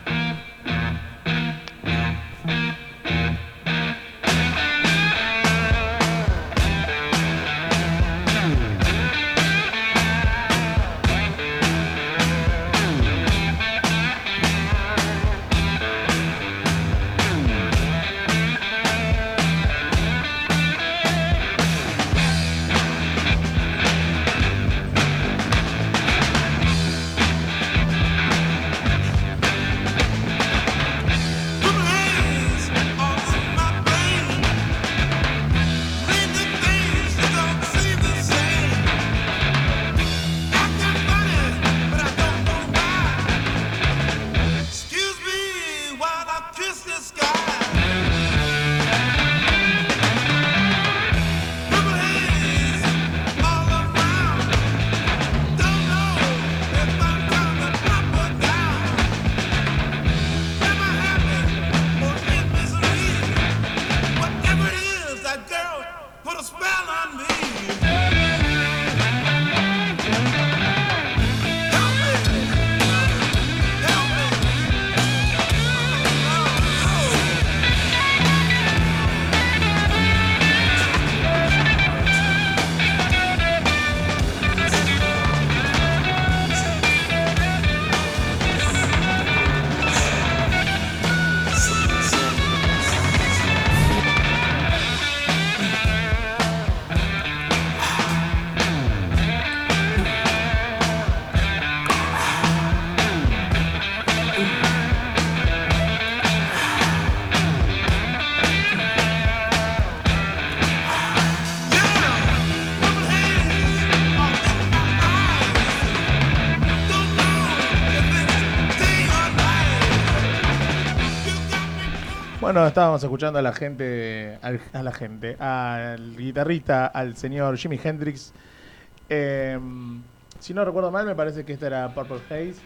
Bueno, estábamos escuchando a la gente, al- a la gente, al guitarrista, al señor Jimi Hendrix. Eh, si no recuerdo mal, me parece que esta era Purple Haze.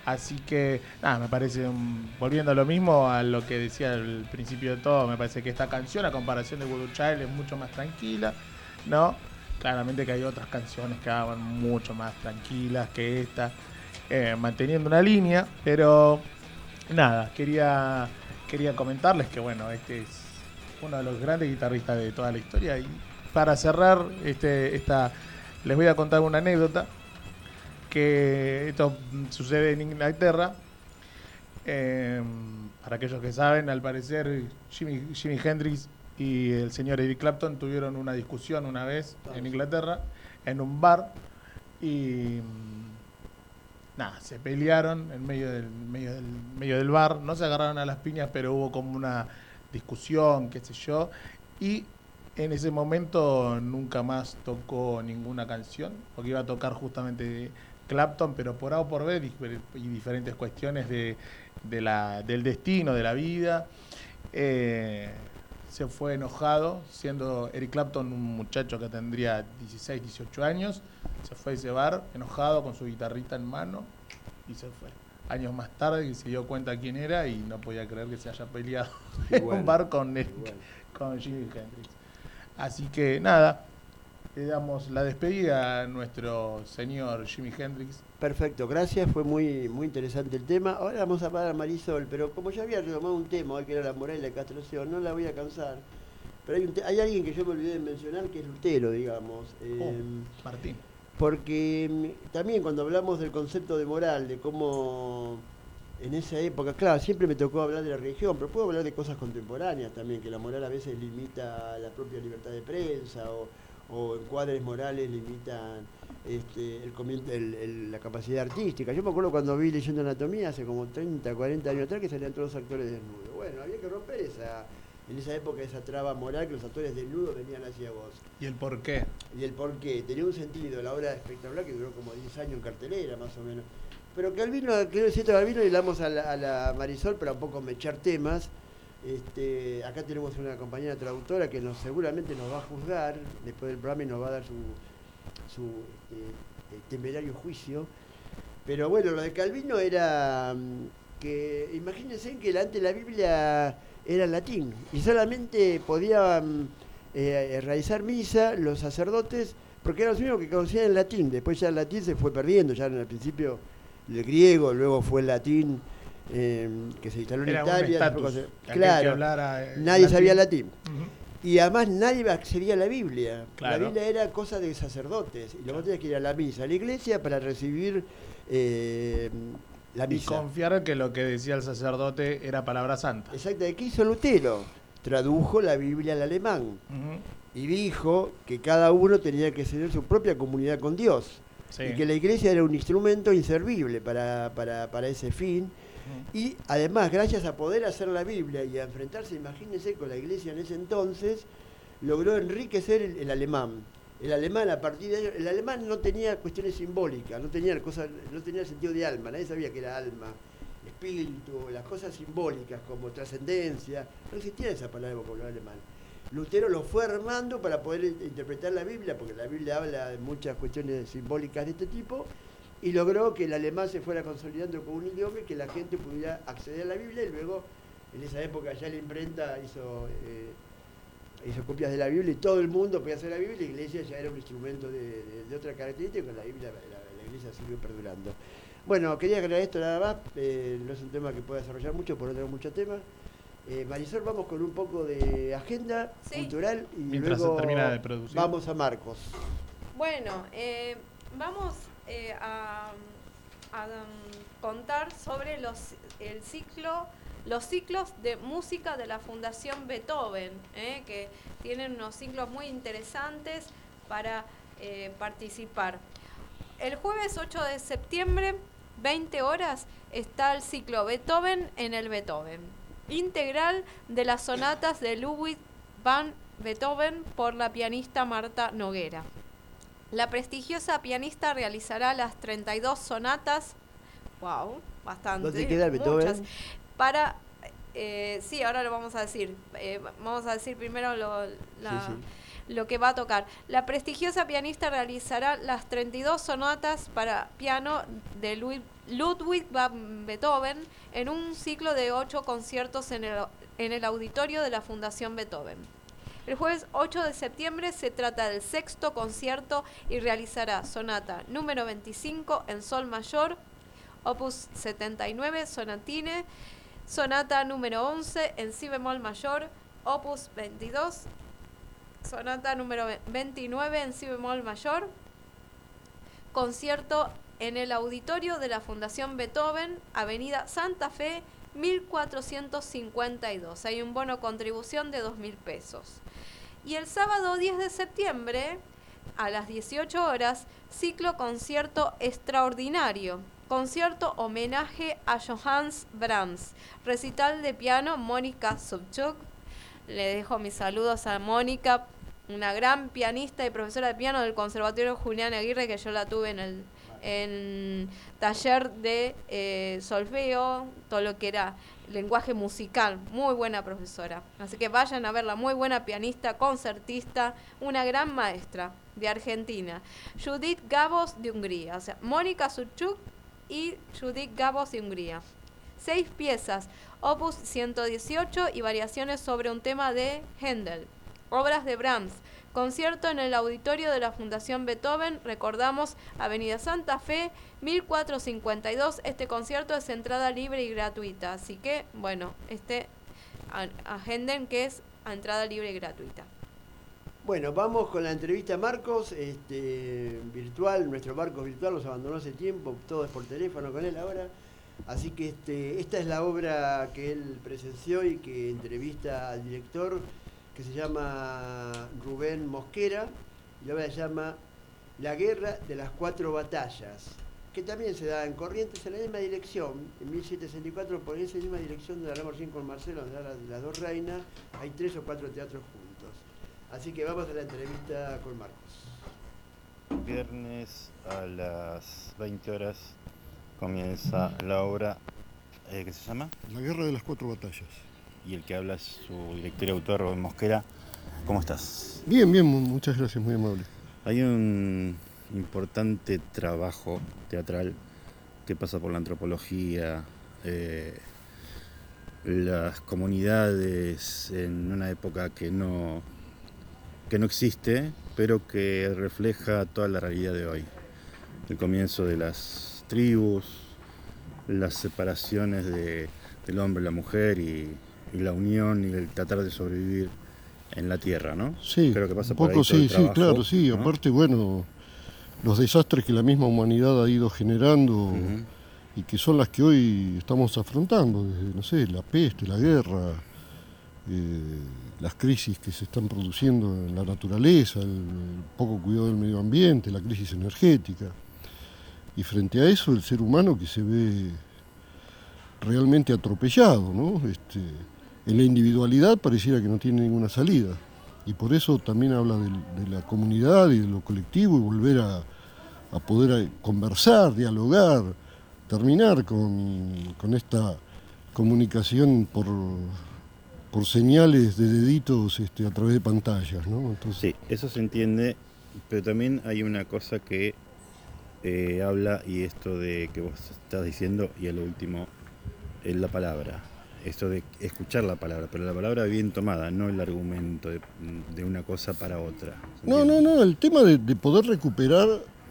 Así que, nada, me parece, un, volviendo a lo mismo, a lo que decía al principio de todo, me parece que esta canción, a comparación de Voodoo Child, es mucho más tranquila, ¿no? Claramente que hay otras canciones que van mucho más tranquilas que esta, eh, manteniendo una línea, pero nada, quería, quería comentarles que, bueno, este es uno de los grandes guitarristas de toda la historia. Y para cerrar, este, esta, les voy a contar una anécdota. Que esto sucede en Inglaterra. Eh, para aquellos que saben, al parecer Jimi, Jimi Hendrix y el señor Eric Clapton tuvieron una discusión una vez en Inglaterra, en un bar, y nada, se pelearon en medio del, medio del, medio del bar, no se agarraron a las piñas, pero hubo como una discusión, qué sé yo, y en ese momento nunca más tocó ninguna canción, porque iba a tocar justamente Clapton, pero por A o por B y diferentes cuestiones de, de la, del destino, de la vida, eh, se fue enojado, siendo Eric Clapton un muchacho que tendría dieciséis, dieciocho años, se fue a ese bar enojado con su guitarrita en mano y se fue. Años más tarde que se dio cuenta quién era y no podía creer que se haya peleado en bueno, un bar con, Eric, bueno. con Jimi Hendrix. Así que nada, le damos la despedida a nuestro señor Jimi Hendrix. Perfecto, gracias, fue muy muy interesante el tema. Ahora vamos a parar a Marisol, pero como ya había retomado un tema hoy que era la moral y la castración, no la voy a cansar. Pero hay, un hay alguien que yo me olvidé de mencionar que es Lutero, digamos. Eh, oh, Martín. Porque también cuando hablamos del concepto de moral, de cómo en esa época, claro, siempre me tocó hablar de la religión, pero puedo hablar de cosas contemporáneas también, que la moral a veces limita la propia libertad de prensa o o encuadres morales limitan este, el, el, el, la capacidad artística. Yo me acuerdo cuando vi Leyendo Anatomía hace como treinta, cuarenta años atrás que salían todos los actores desnudos. Bueno, había que romper esa, en esa época esa traba moral que los actores desnudos venían hacia vos. ¿Y el por qué? Y el por qué. Tenía un sentido, la obra espectacular que duró como diez años en cartelera más o menos. Pero Calvino, quiero decir, Calvino y le damos a la, a la Marisol para un poco mechar temas. Este, acá tenemos una compañera traductora que nos seguramente nos va a juzgar después del programa y nos va a dar su, su este, temerario juicio. Pero bueno, lo de Calvino era que, imagínense que antes la Biblia era en latín y solamente podían eh, realizar misa los sacerdotes porque eran los únicos que conocían el latín. Después ya el latín se fue perdiendo, ya en el principio el griego, luego fue el latín. Eh, que se instaló en Era Italia, estatus, claro, hablara, eh, nadie latín. sabía latín. Uh-huh. Y además nadie accedía a la Biblia. Claro. La Biblia era cosa de sacerdotes. Y luego tenías que ir a la misa, a la iglesia para recibir eh, la misa. Y confiar que lo que decía el sacerdote era palabra santa. Exacto. ¿Qué hizo Lutero? Tradujo la Biblia al alemán. Uh-huh. Y dijo que cada uno tenía que tener su propia comunidad con Dios. Sí. Y que la iglesia era un instrumento inservible para, para, para ese fin. Y además, gracias a poder hacer la Biblia y a enfrentarse, imagínense, con la iglesia en ese entonces, logró enriquecer el, el alemán. El alemán, a partir de el alemán no tenía cuestiones simbólicas, no tenía cosas, no tenía sentido de alma, nadie sabía que era alma, espíritu, las cosas simbólicas como trascendencia, no existía esa palabra en el vocabulario alemán. Lutero lo fue armando para poder interpretar la Biblia, porque la Biblia habla de muchas cuestiones simbólicas de este tipo, y logró que el alemán se fuera consolidando como un idioma y que la gente pudiera acceder a la Biblia. Y luego, en esa época, ya la imprenta hizo, eh, hizo copias de la Biblia y todo el mundo podía hacer la Biblia. La iglesia ya era un instrumento de, de, de otra característica, con la Biblia la, la iglesia siguió perdurando. Bueno, quería agregar esto nada más. Eh, no es un tema que pueda desarrollar mucho, porque no tengo muchos temas. Eh, Marisol, vamos con un poco de agenda sí. cultural y mientras luego se termina de producir. Vamos a Marcos. Bueno, eh, vamos... Eh, a, a um, contar sobre los el ciclo los ciclos de música de la Fundación Beethoven, eh, que tienen unos ciclos muy interesantes para eh, participar. El jueves ocho de septiembre, veinte horas, está el ciclo Beethoven en el Beethoven, integral de las sonatas de Ludwig van Beethoven por la pianista Marta Noguera. La prestigiosa pianista realizará las treinta y dos sonatas, wow, bastante, ¿dónde queda el Beethoven? Muchas, para, eh, sí, ahora lo vamos a decir, eh, vamos a decir primero lo, la, sí, sí. lo que va a tocar. La prestigiosa pianista realizará las treinta y dos sonatas para piano de Ludwig van Beethoven en un ciclo de ocho conciertos en el, en el auditorio de la Fundación Beethoven. El jueves ocho de septiembre se trata del sexto concierto y realizará sonata número veinticinco en sol mayor, opus setenta y nueve, sonatine, sonata número once en si bemol mayor, opus veintidós, sonata número veintinueve en si bemol mayor, concierto en el auditorio de la Fundación Beethoven, Avenida Santa Fe, mil cuatrocientos cincuenta y dos. Hay un bono contribución de dos mil pesos. Y el sábado diez de septiembre, a las dieciocho horas, ciclo concierto extraordinario. Concierto homenaje a Johannes Brahms. Recital de piano Mónica Subchuk. Le dejo mis saludos a Mónica, una gran pianista y profesora de piano del Conservatorio Julián Aguirre, que yo la tuve en el en taller de eh, solfeo, todo lo que era lenguaje musical. Muy buena profesora. Así que vayan a verla, muy buena pianista, concertista, una gran maestra de Argentina. Judith Gabos de Hungría. O sea, Mónica Subchuk y Judith Gabos de Hungría. Seis piezas, opus ciento dieciocho y variaciones sobre un tema de Händel. Obras de Brahms. Concierto en el auditorio de la Fundación Beethoven, recordamos, Avenida Santa Fe, mil cuatrocientos cincuenta y dos. Este concierto es entrada libre y gratuita, así que, bueno, este agenden que es a entrada libre y gratuita. Bueno, vamos con la entrevista a Marcos, este, virtual, nuestro Marcos virtual nos abandonó hace tiempo, todo es por teléfono con él ahora. Así que este, esta es la obra que él presenció y que entrevista al director, que se llama Rubén Mosquera, y la obra se llama La Guerra de las Cuatro Batallas, que también se da en Corrientes, en la misma dirección, en mil setecientos sesenta y cuatro, por esa misma dirección donde hablamos recién con Marcelo, donde da las, las dos reinas, hay tres o cuatro teatros juntos. Así que vamos a la entrevista con Marcos. Viernes a las veinte horas comienza la obra eh, que se llama La Guerra de las Cuatro Batallas. Y el que habla es su director y autor, Rubén Mosquera. ¿Cómo estás? Bien, bien, muchas gracias, muy amable. Hay un importante trabajo teatral que pasa por la antropología, eh, las comunidades en una época que no, que no existe, pero que refleja toda la realidad de hoy. El comienzo de las tribus, las separaciones de, del hombre y la mujer y y la unión y el tratar de sobrevivir en la tierra, ¿no? Sí, creo que pasa un poco, por ahí sí, todo el trabajo, sí, claro, sí. ¿no? Aparte, bueno, los desastres que la misma humanidad ha ido generando uh-huh. y que son las que hoy estamos afrontando, desde, no sé, la peste, la guerra, eh, las crisis que se están produciendo en la naturaleza, el, el poco cuidado del medio ambiente, la crisis energética. Y frente a eso, el ser humano que se ve realmente atropellado, ¿no? Este, En la individualidad pareciera que no tiene ninguna salida, y por eso también habla de, de la comunidad y de lo colectivo, y volver a, a poder conversar, dialogar, terminar con, con esta comunicación por, por señales de deditos este, a través de pantallas, ¿no? Entonces... Sí, eso se entiende, pero también hay una cosa que eh, habla, y esto de que vos estás diciendo, y a lo último, es la palabra. Esto de escuchar la palabra, pero la palabra bien tomada, no el argumento de, de una cosa para otra. No, no, no, el tema de, de poder recuperar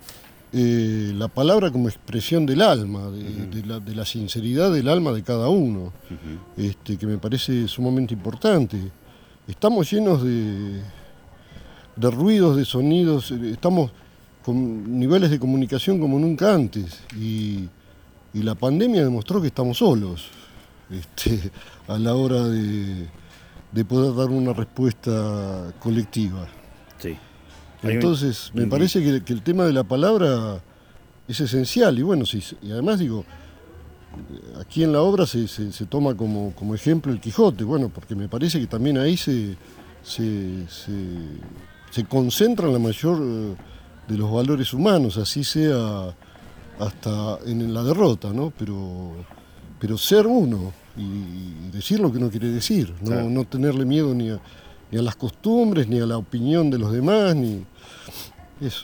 eh, la palabra como expresión del alma, de, uh-huh. de, la, de la sinceridad del alma de cada uno, uh-huh. este, que me parece sumamente importante. Estamos llenos de, de ruidos, de sonidos, estamos con niveles de comunicación como nunca antes, y, y la pandemia demostró que estamos solos. Este, a la hora de, de poder dar una respuesta colectiva. Sí. Entonces, me parece que, que el tema de la palabra es esencial, y bueno, sí, y además digo, aquí en la obra se, se, se toma como, como ejemplo el Quijote, bueno, porque me parece que también ahí se, se, se, se concentran la mayor de los valores humanos, así sea hasta en la derrota, ¿no? Pero, pero ser uno y decir lo que uno quiere decir, no, claro. no tenerle miedo ni a, ni a las costumbres, ni a la opinión de los demás, ni eso.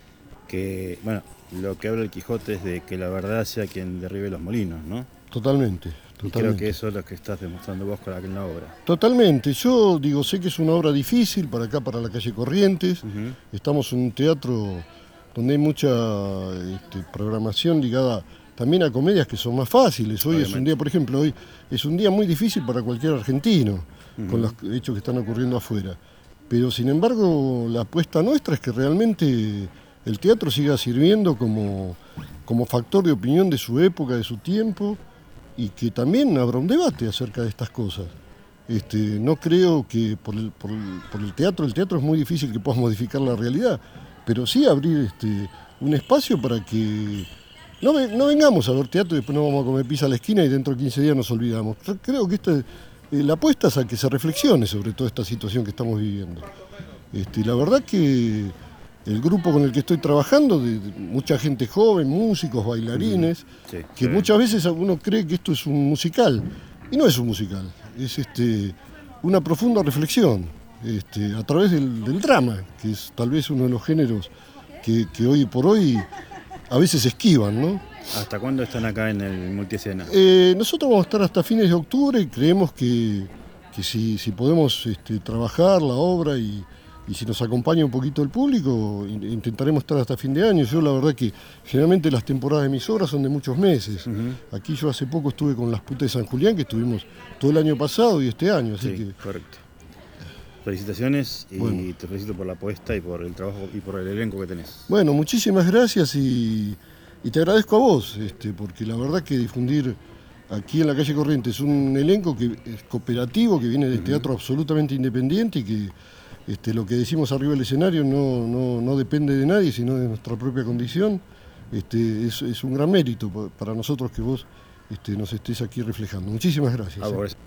Que, bueno, lo que habla el Quijote es de que la verdad sea quien derribe los molinos, ¿no? Totalmente, Y totalmente. creo que eso es lo que estás demostrando vos con la, con la obra. Totalmente. Yo digo, sé que es una obra difícil para acá, para la calle Corrientes. Uh-huh. Estamos en un teatro donde hay mucha este, programación ligada también a comedias que son más fáciles. Hoy Obviamente. es un día, por ejemplo, hoy es un día muy difícil para cualquier argentino, Uh-huh. con los hechos que están ocurriendo afuera. Pero sin embargo, la apuesta nuestra es que realmente el teatro siga sirviendo como, como factor de opinión de su época, de su tiempo, y que también habrá un debate acerca de estas cosas. Este, no creo que por el, por, el, por el teatro, el teatro es muy difícil que pueda modificar la realidad, pero sí abrir este, un espacio para que no, ve, no vengamos a ver teatro y después nos vamos a comer pizza a la esquina y dentro de quince días nos olvidamos. Creo que esta, eh, la apuesta es a que se reflexione sobre toda esta situación que estamos viviendo. Este, la verdad que el grupo con el que estoy trabajando, de, de mucha gente joven, músicos, bailarines, sí, que sí. muchas veces uno cree que esto es un musical, y no es un musical, es este, una profunda reflexión este, a través del, del drama, que es tal vez uno de los géneros que, que hoy por hoy a veces esquivan, ¿no? ¿Hasta cuándo están acá en el multiescena? Eh, nosotros vamos a estar hasta fines de octubre y creemos que, que si, si podemos este, trabajar la obra y, y si nos acompaña un poquito el público, intentaremos estar hasta fin de año. Yo la verdad que generalmente las temporadas de mis obras son de muchos meses. Uh-huh. Aquí yo hace poco estuve con Las Putas de San Julián, que estuvimos todo el año pasado y este año. Así sí, que... correcto. Felicitaciones y bueno. Te felicito por la apuesta y por el trabajo y por el elenco que tenés. Bueno, muchísimas gracias y, y te agradezco a vos, este, porque la verdad que difundir aquí en la calle Corrientes un elenco que es cooperativo, que viene de uh-huh. teatro absolutamente independiente y que este, lo que decimos arriba del escenario no, no, no depende de nadie, sino de nuestra propia condición, este, es, es un gran mérito para nosotros que vos este, nos estés aquí reflejando. Muchísimas gracias. ¿eh?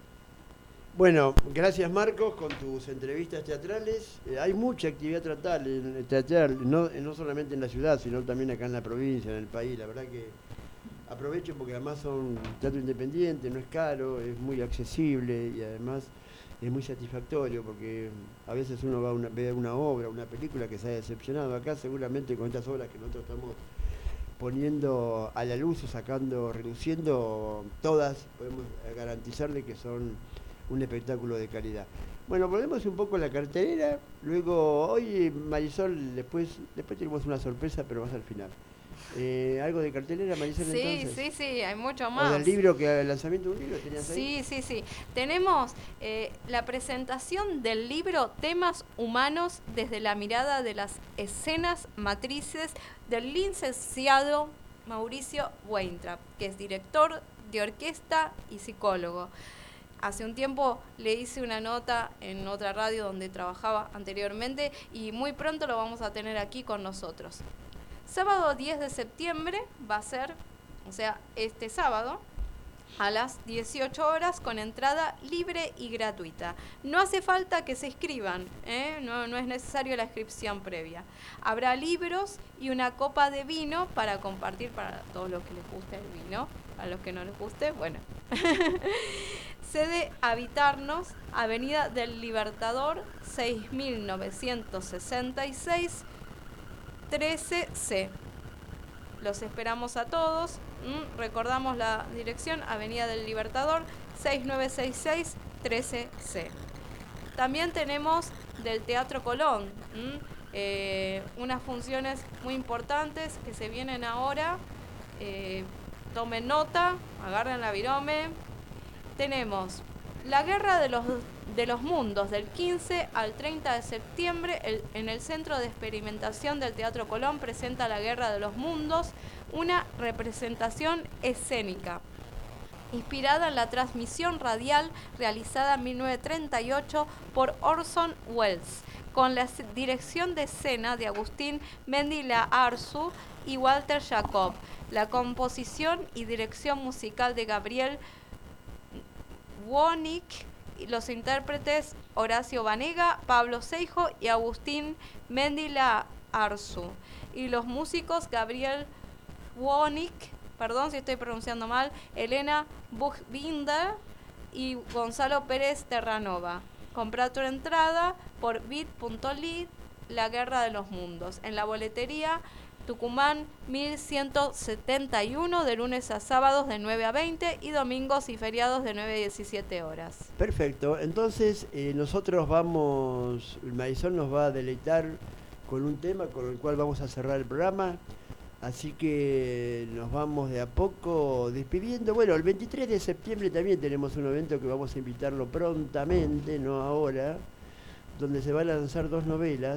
Bueno, gracias Marcos con tus entrevistas teatrales. Eh, hay mucha actividad teatral, en, teatral no, no solamente en la ciudad, sino también acá en la provincia, en el país. La verdad que aprovecho porque además son teatro independiente, no es caro, es muy accesible y además es muy satisfactorio porque a veces uno va a una, ve una obra, una película que se ha decepcionado. Acá seguramente con estas obras que nosotros estamos poniendo a la luz o sacando, reduciendo, todas podemos garantizar de que son un espectáculo de calidad. Bueno, volvemos un poco a la cartelera. Luego, hoy Marisol, después después tenemos una sorpresa, pero más al final. Eh, ¿Algo de cartelera, Marisol, sí, entonces? Sí, sí, hay mucho más. ¿O del libro, que el lanzamiento de un libro tenías ahí? Sí, sí, sí. Tenemos eh, la presentación del libro Temas Humanos desde la mirada de las escenas matrices del licenciado Mauricio Weintraub, que es director de orquesta y psicólogo. Hace un tiempo le hice una nota en otra radio donde trabajaba anteriormente y muy pronto lo vamos a tener aquí con nosotros. Sábado diez de septiembre va a ser, o sea, este sábado, a las dieciocho horas con entrada libre y gratuita. No hace falta que se inscriban, ¿eh? no, no es necesario la inscripción previa. Habrá libros y una copa de vino para compartir para todos los que les guste el vino. A los que no les guste, bueno. Sede Habitarnos, Avenida del Libertador, seis mil novecientos sesenta y seis, trece C. Los esperamos a todos. ¿Mm? Recordamos la dirección, Avenida del Libertador, seis mil novecientos sesenta y seis, trece C. También tenemos del Teatro Colón, ¿Mm? eh, unas funciones muy importantes que se vienen ahora. Eh, tomen nota, agarren la virome. Tenemos la Guerra de los, de los Mundos del quince al treinta de septiembre. El, en el Centro de Experimentación del Teatro Colón presenta La Guerra de los Mundos, una representación escénica inspirada en la transmisión radial realizada en mil novecientos treinta y ocho por Orson Welles, con la dirección de escena de Agustín Mendilaarzu y Walter Jacob, la composición y dirección musical de Gabriel Wonick, y los intérpretes Horacio Banega, Pablo Seijo y Agustín Mendilaarzu, y los músicos Gabriel Wonick, perdón si estoy pronunciando mal, Elena Buchbinder y Gonzalo Pérez Terranova. Comprá tu entrada por bit punto l y La Guerra de los Mundos. En la boletería Tucumán mil ciento setenta y uno, de lunes a sábados de nueve a veinte y domingos y feriados de nueve a diecisiete horas. Perfecto, entonces eh, nosotros vamos, Marisol nos va a deleitar con un tema con el cual vamos a cerrar el programa, así que nos vamos de a poco despidiendo. Bueno, el veintitrés de septiembre también tenemos un evento que vamos a invitarlo prontamente, no ahora, donde se van a lanzar dos novelas.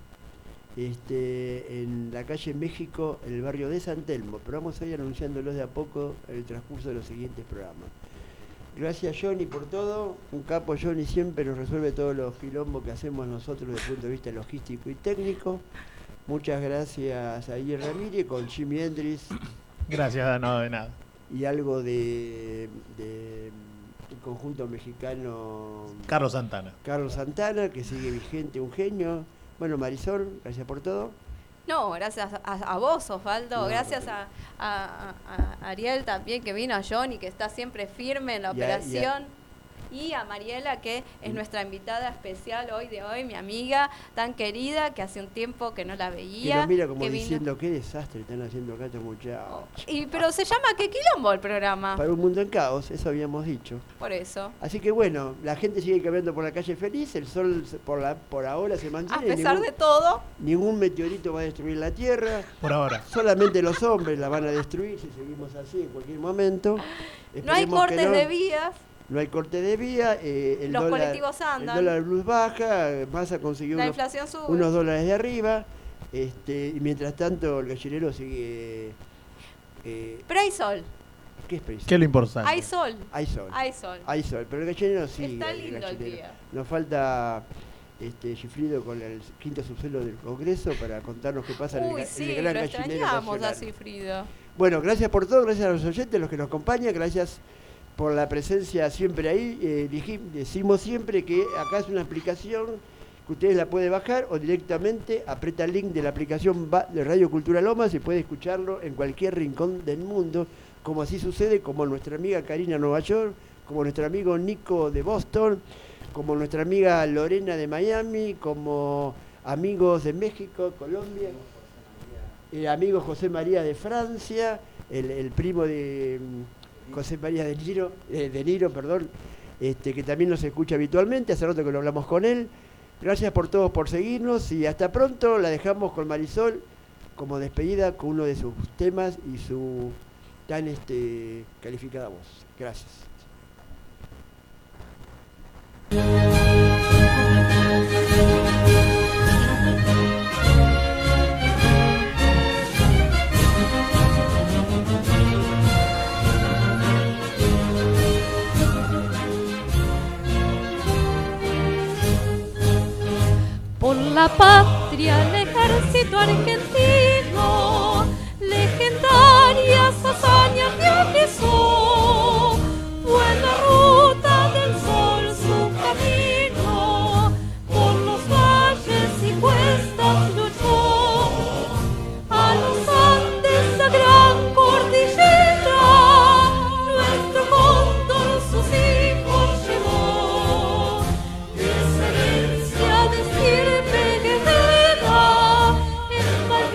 Este, en la calle México, en el barrio de San Telmo, pero vamos a ir anunciándolos de a poco en el transcurso de los siguientes programas. Gracias, Johnny, por todo. Un capo. Johnny siempre nos resuelve todos los quilombos que hacemos nosotros desde el punto de vista logístico y técnico. Muchas gracias a Ier Ramírez con Jimi Hendrix. Gracias, no, de nada. Y algo de, de el conjunto mexicano Carlos Santana. Carlos Santana, que sigue vigente, un genio. Bueno, Marisol, gracias por todo. No, gracias a, a vos, Osvaldo. No, gracias a, a, a Ariel también, que vino, a Johnny, que está siempre firme en la Y a- operación. Y a Mariela, que es Mm. nuestra invitada especial hoy de hoy, mi amiga tan querida, que hace un tiempo que no la Que veía. nos mira como que vino- diciendo, qué desastre están haciendo acá estos muchachos. Y, pero se llama ¿Qué quilombo el programa? Para un mundo en caos, eso habíamos dicho. Por eso. Así que bueno, la gente sigue caminando por la calle feliz, el sol se- por, la, por ahora se A mantiene. pesar ningún, de todo, ningún meteorito va a destruir la Tierra, Por ahora. solamente los hombres la van a destruir si seguimos así en cualquier momento. no hay Esperemos que cortes no. de vías. No hay corte de vía, eh, el, Los dólar, colectivos andan. el dólar blues baja, Massa consiguió La unos, inflación sube. unos dólares de arriba, este, y mientras tanto el gallinero sigue... Eh, Pero hay sol. ¿Qué es preciso? ¿Qué es lo importante? Hay sol. Hay sol. Hay sol. Hay sol, pero el gallinero sigue. Está el lindo el gallinero. día. Nos falta este Gifrido con el quinto subsuelo del Congreso para contarnos qué pasa en el, Uy, ga- sí, en el gran lo gallinero extrañamos nacional. a Cifrido. Bueno, gracias por todo, gracias a los oyentes, los que nos acompañan, gracias por la presencia siempre ahí. Eh, dij- decimos siempre que acá es una aplicación que ustedes la pueden bajar o directamente aprieta el link de la aplicación va- de Radio Cultura Lomas y puede escucharlo en cualquier rincón del mundo, como así sucede, como nuestra amiga Karina Nueva York, como nuestro amigo Nico de Boston, como nuestra amiga Lorena de Miami, como amigos de México, Colombia, el amigo José María de Francia, el, el primo de mm, José María de Niro, eh, de Niro, perdón, este, que también nos escucha habitualmente, hace rato que lo hablamos con él. Gracias por todos por seguirnos y hasta pronto. La dejamos con Marisol como despedida con uno de sus temas y su tan este, calificada voz. Gracias. Por la patria, el ejército argentino, legendarias hazañas realizó. Fue en la ruta del sol su camino, por los valles y cuestas luchó. A los Andes, la gran cordillera, nuestro cóndor sus hijos llevó. Esa herencia de sirve guerrera, en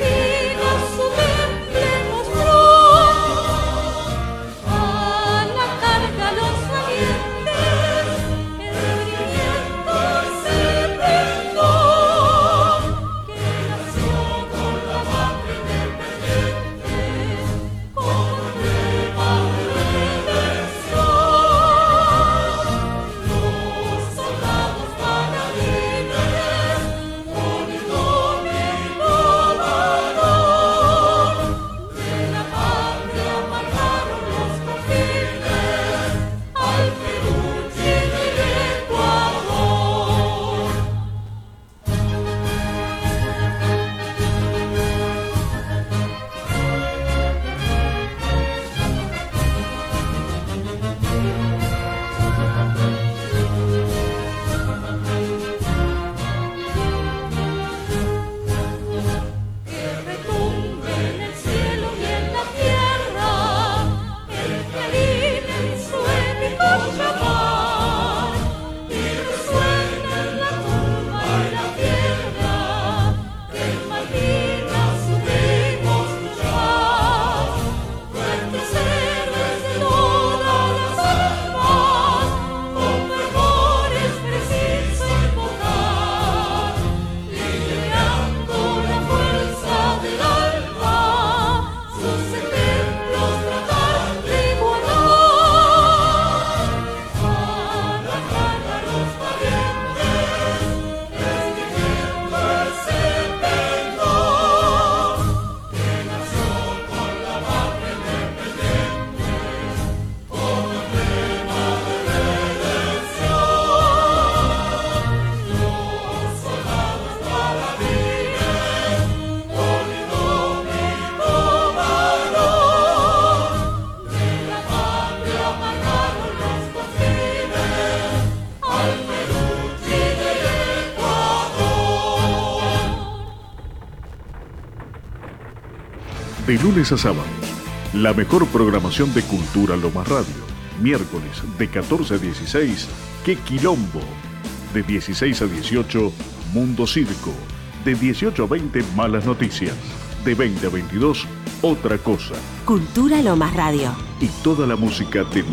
De lunes a sábados, la mejor programación de Cultura Lomas Radio. Miércoles de catorce a dieciséis, ¡Qué quilombo! De dieciséis a dieciocho, Mundo Circo. De dieciocho a veinte, Malas Noticias. De veinte a veintidós, Otra Cosa. Cultura Lomas Radio. Y toda la música de